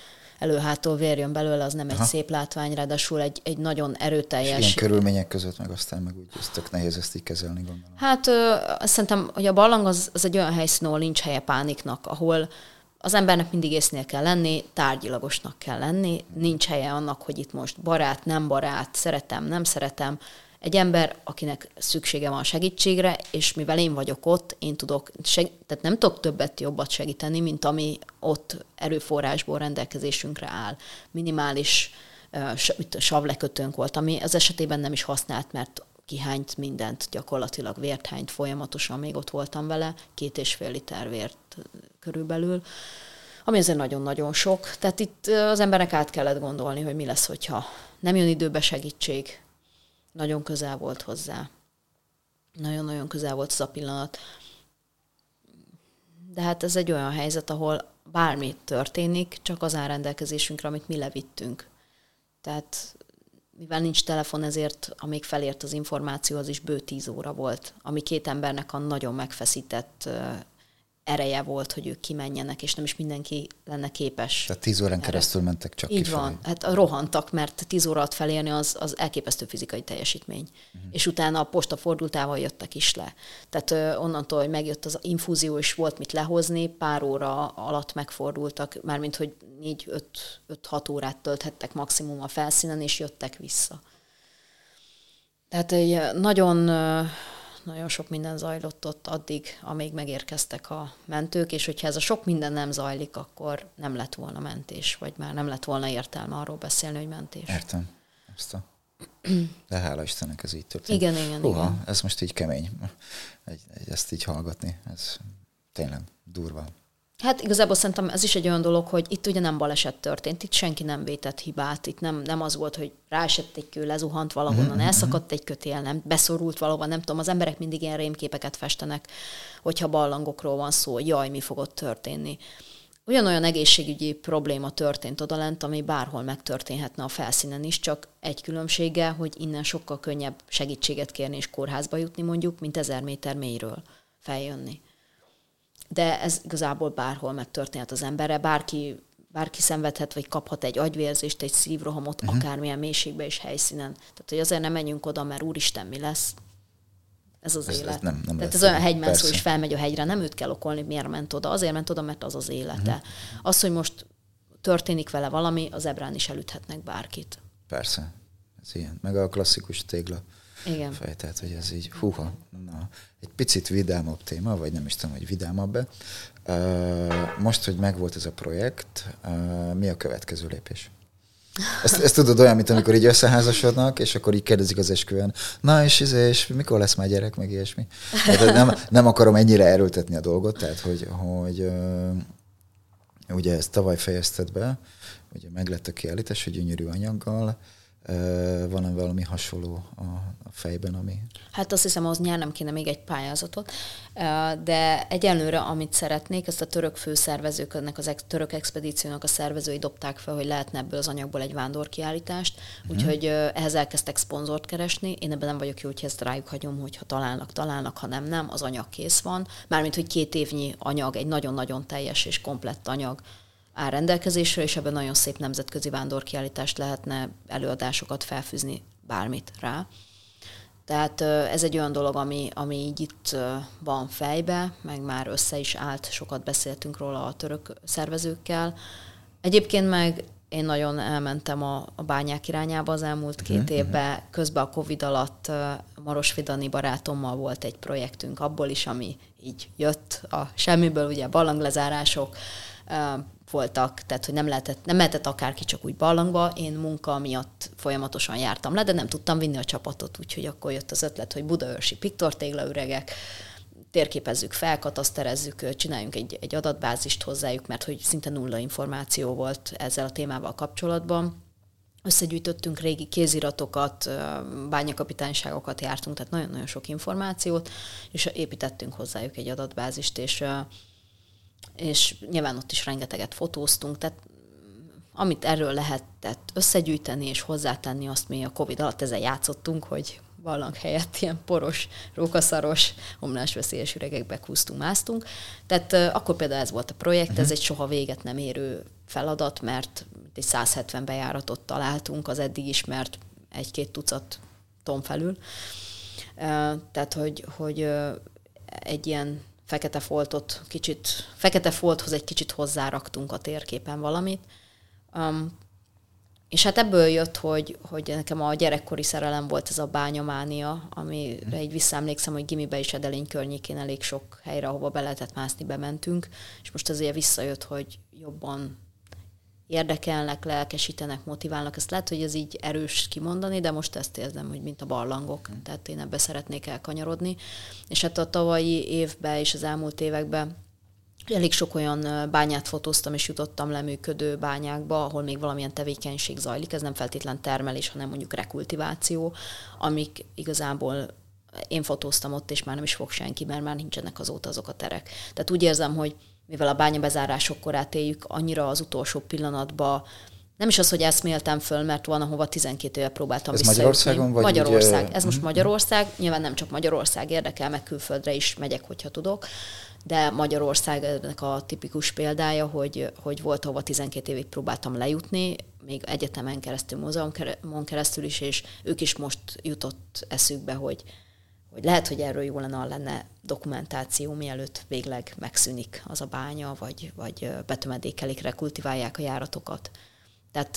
elő-hátul vér jön belőle, az nem egy szép látvány, ráadásul egy nagyon erőteljes... És ilyen körülmények között meg aztán meg úgy, ez tök nehéz ezt így kezelni, gondolom. Hát azt szerintem, hogy a barlang az egy olyan helyszín, ahol nincs helye pániknak, ahol az embernek mindig észnél kell lenni, tárgyilagosnak kell lenni, nincs helye annak, hogy itt most barát, nem barát, szeretem, nem szeretem. Egy ember, akinek szüksége van segítségre, és mivel én vagyok ott, én tudok, tehát nem tudok többet jobbat segíteni, mint ami ott erőforrásból rendelkezésünkre áll. Minimális savlekötőnk volt, ami az esetében nem is használt, mert kihányt mindent, gyakorlatilag vért hányt folyamatosan, még ott voltam vele, 2,5 liter vért körülbelül, ami azért nagyon-nagyon sok. Tehát itt az embernek át kellett gondolni, hogy mi lesz, hogyha nem jön időbe segítség. Nagyon közel volt hozzá. Nagyon-nagyon közel volt az a pillanat. De hát ez egy olyan helyzet, ahol bármi történik, csak az áll rendelkezésünkre, amit mi levittünk. Tehát mivel nincs telefon, ezért amíg felért az információ, az is bő 10 óra volt, ami 2 embernek a nagyon megfeszített ereje volt, hogy ők kimenjenek, és nem is mindenki lenne képes. Tehát 10 órán keresztül mentek csak így kifelé. Van, hát rohantak, mert 10 óra alatt felérni az elképesztő fizikai teljesítmény. És utána a posta fordultával jöttek is le. Tehát onnantól, hogy megjött az infúzió, és volt mit lehozni, pár óra alatt megfordultak, mármint, hogy 4-5-6 órát tölthettek maximum a felszínen, és jöttek vissza. Tehát egy nagyon sok minden zajlott ott addig, amíg megérkeztek a mentők, és hogyha ez a sok minden nem zajlik, akkor nem lett volna mentés, vagy már nem lett volna értelme arról beszélni, hogy mentés. Értem. De hála Istennek ez így történt. Igen. Ez most így kemény. Ezt így hallgatni, ez tényleg durva. Hát igazából szerintem ez is egy olyan dolog, hogy itt ugye nem baleset történt, itt senki nem vétett hibát, itt nem az volt, hogy ráesett egy kő, lezuhant valahonnan, elszakadt egy kötél, nem beszorult valahova, nem tudom, az emberek mindig ilyen rémképeket festenek, hogyha barlangokról van szó, jaj, mi fog ott történni. Ugyanolyan egészségügyi probléma történt odalent, ami bárhol megtörténhetne a felszínen is, csak egy különbséggel, hogy innen sokkal könnyebb segítséget kérni és kórházba jutni mondjuk, mint 1000 méter mélyről feljönni. De ez igazából bárhol megtörténhet az emberre, bárki szenvedhet, vagy kaphat egy agyvérzést, egy szívrohamot, akármilyen mélységbe és helyszínen. Tehát, hogy azért nem menjünk oda, mert úristen, mi lesz? Ez az élet. Nem tehát ez olyan hegymászó is felmegy a hegyre, nem őt kell okolni, miért ment oda. Azért ment oda, mert az az élete. Az, hogy most történik vele valami, az ebrán is elüthetnek bárkit. Persze. Ez ilyen. Meg a klasszikus tégla. Igen. Fej, tehát, hogy ez így, egy picit vidámabb téma, vagy nem is tudom, hogy vidámabb-e. Most, hogy megvolt ez a projekt, mi a következő lépés? Ezt tudod olyan, mint amikor így összeházasodnak, és akkor így kérdezik az esküvőn, na és mikor lesz már gyerek, meg ilyesmi. Tehát nem akarom ennyire erőltetni a dolgot, tehát hogy ugye ezt tavaly fejezted be, ugye meglett a kiállítás, hogy gyönyörű anyaggal, van-e valami hasonló a fejben, ami... Hát azt hiszem, ahhoz nyernem kéne még egy pályázatot, de egyelőre, amit szeretnék, ezt a török főszervezők, ennek a török expedíciónak a szervezői dobták fel, hogy lehetne ebből az anyagból egy vándorkiállítást, úgyhogy ehhez elkezdtek szponzort keresni. Én ebben nem vagyok jó, hogy ezt rájuk hagyom, hogy ha találnak, ha nem, az anyag kész van. Mármint, hogy 2 évnyi anyag, egy nagyon-nagyon teljes és komplett anyag áll rendelkezésre, és ebben nagyon szép nemzetközi vándorkiállítást lehetne, előadásokat felfűzni, bármit rá. Tehát ez egy olyan dolog, ami így itt van fejbe, meg már össze is állt, sokat beszéltünk róla a török szervezőkkel. Egyébként meg én nagyon elmentem a bányák irányába az elmúlt 2 évben, közben a Covid alatt Marosvidani barátommal volt egy projektünk abból is, ami így jött a semmiből, ugye barlanglezárások, voltak, tehát hogy nem lehetett akárki csak úgy barlangba. Én munka miatt folyamatosan jártam le, de nem tudtam vinni a csapatot, úgyhogy akkor jött az ötlet, hogy budaörsi piktortéglaüregek, térképezzük fel, kataszterezzük, csináljunk egy adatbázist hozzájuk, mert hogy szinte nulla információ volt ezzel a témával kapcsolatban. Összegyűjtöttünk régi kéziratokat, bányakapitányságokat jártunk, tehát nagyon-nagyon sok információt, és építettünk hozzájuk egy adatbázist, és nyilván ott is rengeteget fotóztunk, tehát amit erről lehetett összegyűjteni és hozzátenni, azt mi a Covid alatt ezzel játszottunk, hogy barlang helyett ilyen poros, rókaszaros, omlásveszélyes üregekbe kúsztunk, másztunk. Tehát akkor például ez volt a projekt, ez egy soha véget nem érő feladat, mert egy 170 bejáratot találtunk az eddig ismert 1-2 tucat ton felül. Tehát, hogy egy ilyen fekete folthoz egy kicsit hozzáraktunk a térképen valamit. És hát ebből jött, hogy nekem a gyerekkori szerelem volt ez a bányamánia, amire így visszaemlékszem, hogy gimibe is Edelény környékén elég sok helyre, ahova be lehetett mászni, bementünk, és most azért visszajött, hogy jobban érdekelnek, lelkesítenek, motiválnak. Ezt lehet, hogy ez így erős kimondani, de most ezt érzem, hogy mint a barlangok. Tehát én ebbe szeretnék elkanyarodni. És hát a tavalyi évben és az elmúlt években elég sok olyan bányát fotóztam, és jutottam le működő bányákba, ahol még valamilyen tevékenység zajlik. Ez nem feltétlen termelés, hanem mondjuk rekultiváció, amik igazából én fotóztam ott, és már nem is fog senki, mert már nincsenek azóta azok a terek. Tehát úgy érzem, hogy mivel a bányabezárások korát éljük, annyira az utolsó pillanatban, nem is az, hogy eszméltem föl, mert van, ahova 12 éve próbáltam visszajutni. Magyarországon? Vagy Magyarország. Ez most Magyarország. Nyilván nem csak Magyarország érdekel, meg külföldre is megyek, hogyha tudok. De Magyarország ennek a tipikus példája, hogy volt, ahova 12 évig próbáltam lejutni, még egyetemen keresztül, múzeumon keresztül is, és ők is most jutott eszükbe, hogy lehet, hogy erről jó lenne dokumentáció, mielőtt végleg megszűnik az a bánya, vagy betömedékelik, rekultiválják a járatokat. Tehát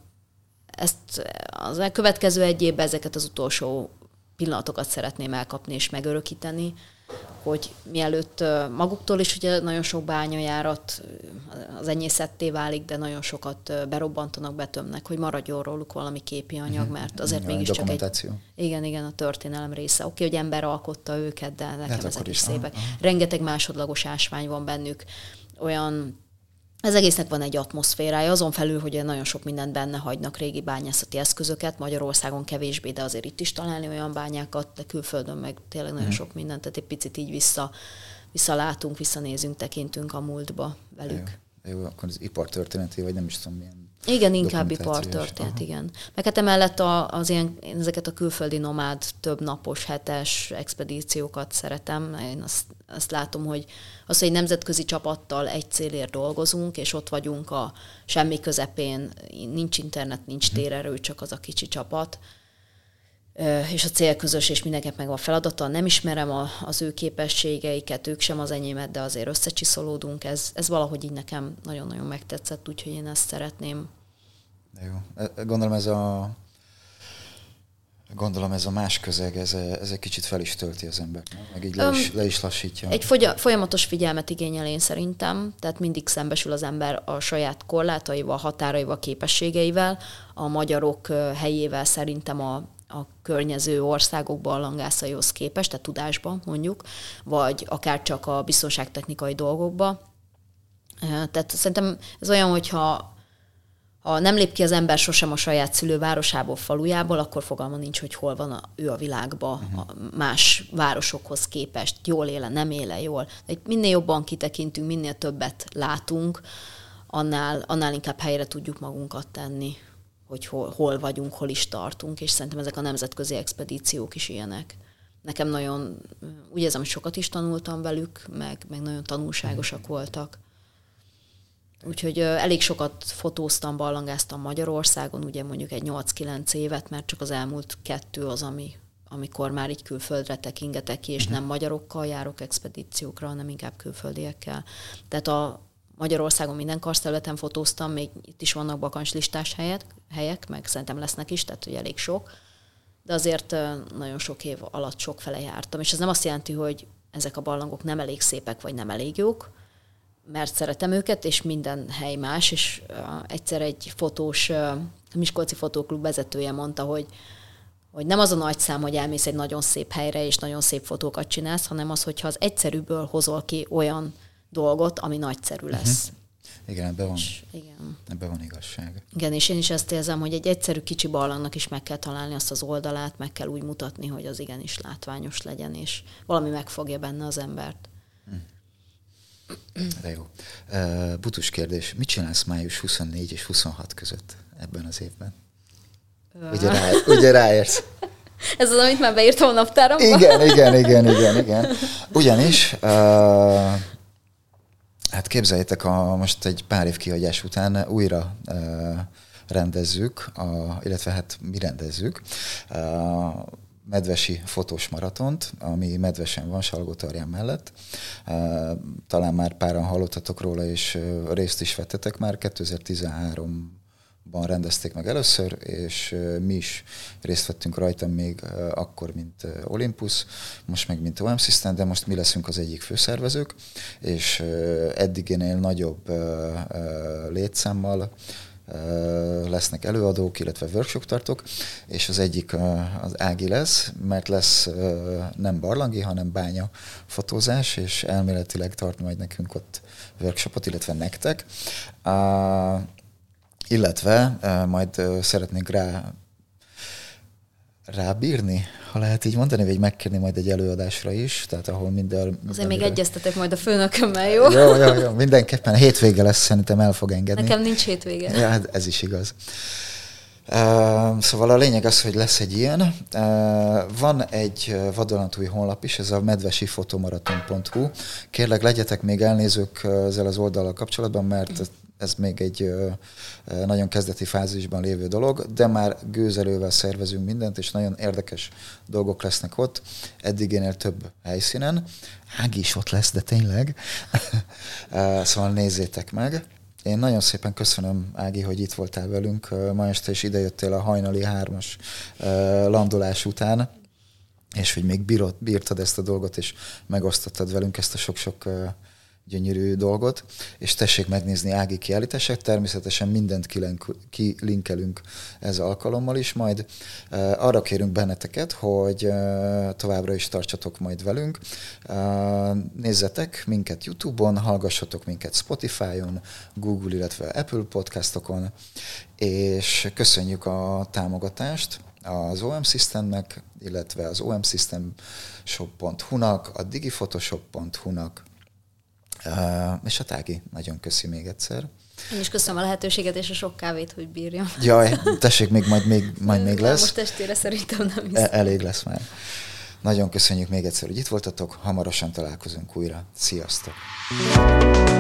ezt az következő egy évben ezeket az utolsó pillanatokat szeretném elkapni és megörökíteni, hogy mielőtt maguktól is ugye nagyon sok bányajárat az enyészetté válik, de nagyon sokat berobbantanak, betömnek, hogy maradjon róluk valami képi anyag, mert azért mégiscsak egy... Igen, a történelem része. Oké, hogy ember alkotta őket, de nekem ezek is szépek. Rengeteg másodlagos ásvány van bennük, olyan... Az egésznek van egy atmoszférája, azon felül, hogy nagyon sok mindent benne hagynak, régi bányászati eszközöket, Magyarországon kevésbé, de azért itt is találni olyan bányákat, de külföldön meg tényleg nagyon sok mindent, tehát egy picit így visszalátunk, visszanézünk, tekintünk a múltba velük. Jó, akkor az ipartörténeti, vagy nem is tudom milyen. Igen, inkább ipartörténet, igen. Meg hát emellett ezeket a külföldi nomád, több napos, hetes expedíciókat szeretem. Én azt látom, hogy egy nemzetközi csapattal egy célért dolgozunk, és ott vagyunk a semmi közepén, nincs internet, nincs térerő, csak az a kicsi csapat, és a cél közös, és mindenkinek meg a feladata. Nem ismerem az ő képességeiket, ők sem az enyémet, de azért összecsiszolódunk. Ez valahogy így nekem nagyon-nagyon megtetszett, úgyhogy én ezt szeretném. De jó. Gondolom ez a más közeg, ez egy kicsit fel is tölti az embert, nem? Meg így le is lassítja. Egy folyamatos figyelmet igényel én szerintem, tehát mindig szembesül az ember a saját korlátaival, határaival, képességeivel, a magyarok helyével szerintem a környező országok barlangászaihoz képest, tehát tudásban mondjuk, vagy akár csak a biztonságtechnikai dolgokba. Tehát szerintem ez olyan, hogyha nem lép ki az ember sosem a saját szülővárosából, falujából, akkor fogalma nincs, hogy hol van ő a világban más városokhoz képest. Jól éle, nem éle jól. De minél jobban kitekintünk, minél többet látunk, annál inkább helyre tudjuk magunkat tenni, hogy hol vagyunk, hol is tartunk, és szerintem ezek a nemzetközi expedíciók is ilyenek. Nekem nagyon, úgy érzem, hogy sokat is tanultam velük, meg nagyon tanulságosak voltak. Úgyhogy elég sokat fotóztam, barlangáztam Magyarországon, ugye mondjuk egy 8-9 évet, mert csak az elmúlt 2 az, amikor már így külföldre tekingetek ki, és nem magyarokkal járok expedíciókra, hanem inkább külföldiekkel. Tehát a Magyarországon minden karszterületen fotóztam, még itt is vannak bakancslistás helyek, meg szerintem lesznek is, tehát ugye elég sok, de azért nagyon sok év alatt sokfele jártam, és ez nem azt jelenti, hogy ezek a barlangok nem elég szépek, vagy nem elég jók, mert szeretem őket, és minden hely más, és egyszer egy fotós, Miskolci Fotóklub vezetője mondta, hogy nem az a nagy szám, hogy elmész egy nagyon szép helyre, és nagyon szép fotókat csinálsz, hanem az, hogyha az egyszerűből hozol ki olyan dolgot, ami nagyszerű lesz. Igen, ebben van igazság. Igen, és én is ezt érzem, hogy egy egyszerű kicsi barlangnak is meg kell találni azt az oldalát, meg kell úgy mutatni, hogy az igenis látványos legyen, és valami megfogja benne az embert. De jó. Butus kérdés. Mit csinálsz május 24 és 26 között ebben az évben? Ugye ráérsz? Ez az, amit már beírtam a naptáramba? Igen. Ugyanis, hát képzeljétek, most egy pár év kihagyás után újra rendezzük, illetve hát mi rendezzük, medvesi fotós maratont, ami Medvesen van, Salgótarján mellett. Talán már páran hallottatok róla, és részt is vettetek már. 2013-ban rendezték meg először, és mi is részt vettünk rajta még akkor, mint Olympus, most meg mint OM System, de most mi leszünk az egyik főszervezők, és eddiginél nagyobb létszámmal lesznek előadók, illetve workshop tartok, és az egyik az Ági lesz, mert lesz nem barlangi, hanem bánya fotózás, és elméletileg tart majd nekünk ott workshopot, illetve nektek. Illetve majd szeretnénk rábírni, ha lehet így mondani, vagy megkérni majd egy előadásra is, tehát ahol minden... Azért még egyeztetek majd a főnökömmel, jó? Jó, mindenképpen hétvége lesz, szerintem el fog engedni. Nekem nincs hétvége. Ja, hát ez is igaz. Szóval a lényeg az, hogy lesz egy ilyen. Van egy vadonatúj honlap is, ez a medvesifotomaraton.hu. Kérlek, legyetek még elnézők ezzel az oldallal kapcsolatban, mert ez még egy nagyon kezdeti fázisban lévő dolog, de már gőzelővel szervezünk mindent, és nagyon érdekes dolgok lesznek ott. Eddigénél több helyszínen. Ági is ott lesz, de tényleg. Szóval nézzétek meg. Én nagyon szépen köszönöm, Ági, hogy itt voltál velünk ma este, és idejöttél a hajnali 3-as landolás után, és hogy még bírtad ezt a dolgot, és megosztottad velünk ezt a sok-sok gyönyörű dolgot, és tessék megnézni Ági kiállítását, természetesen mindent kilinkelünk ez alkalommal is, majd arra kérünk benneteket, hogy továbbra is tartsatok majd velünk, nézzetek minket YouTube-on, hallgassatok minket Spotify-on, Google, illetve Apple podcastokon, és köszönjük a támogatást az OM Systemnek, illetve az omsystemshop.hu-nak, a digiphotoshop.hu-nak, és a Ági, nagyon köszi még egyszer. Én is köszönöm a lehetőséget és a sok kávét, hogy bírjam. Jaj, tessék, majd még lesz. Most estére szerintem nem is. Elég lesz már. Nagyon köszönjük még egyszer, hogy itt voltatok, hamarosan találkozunk újra. Sziasztok!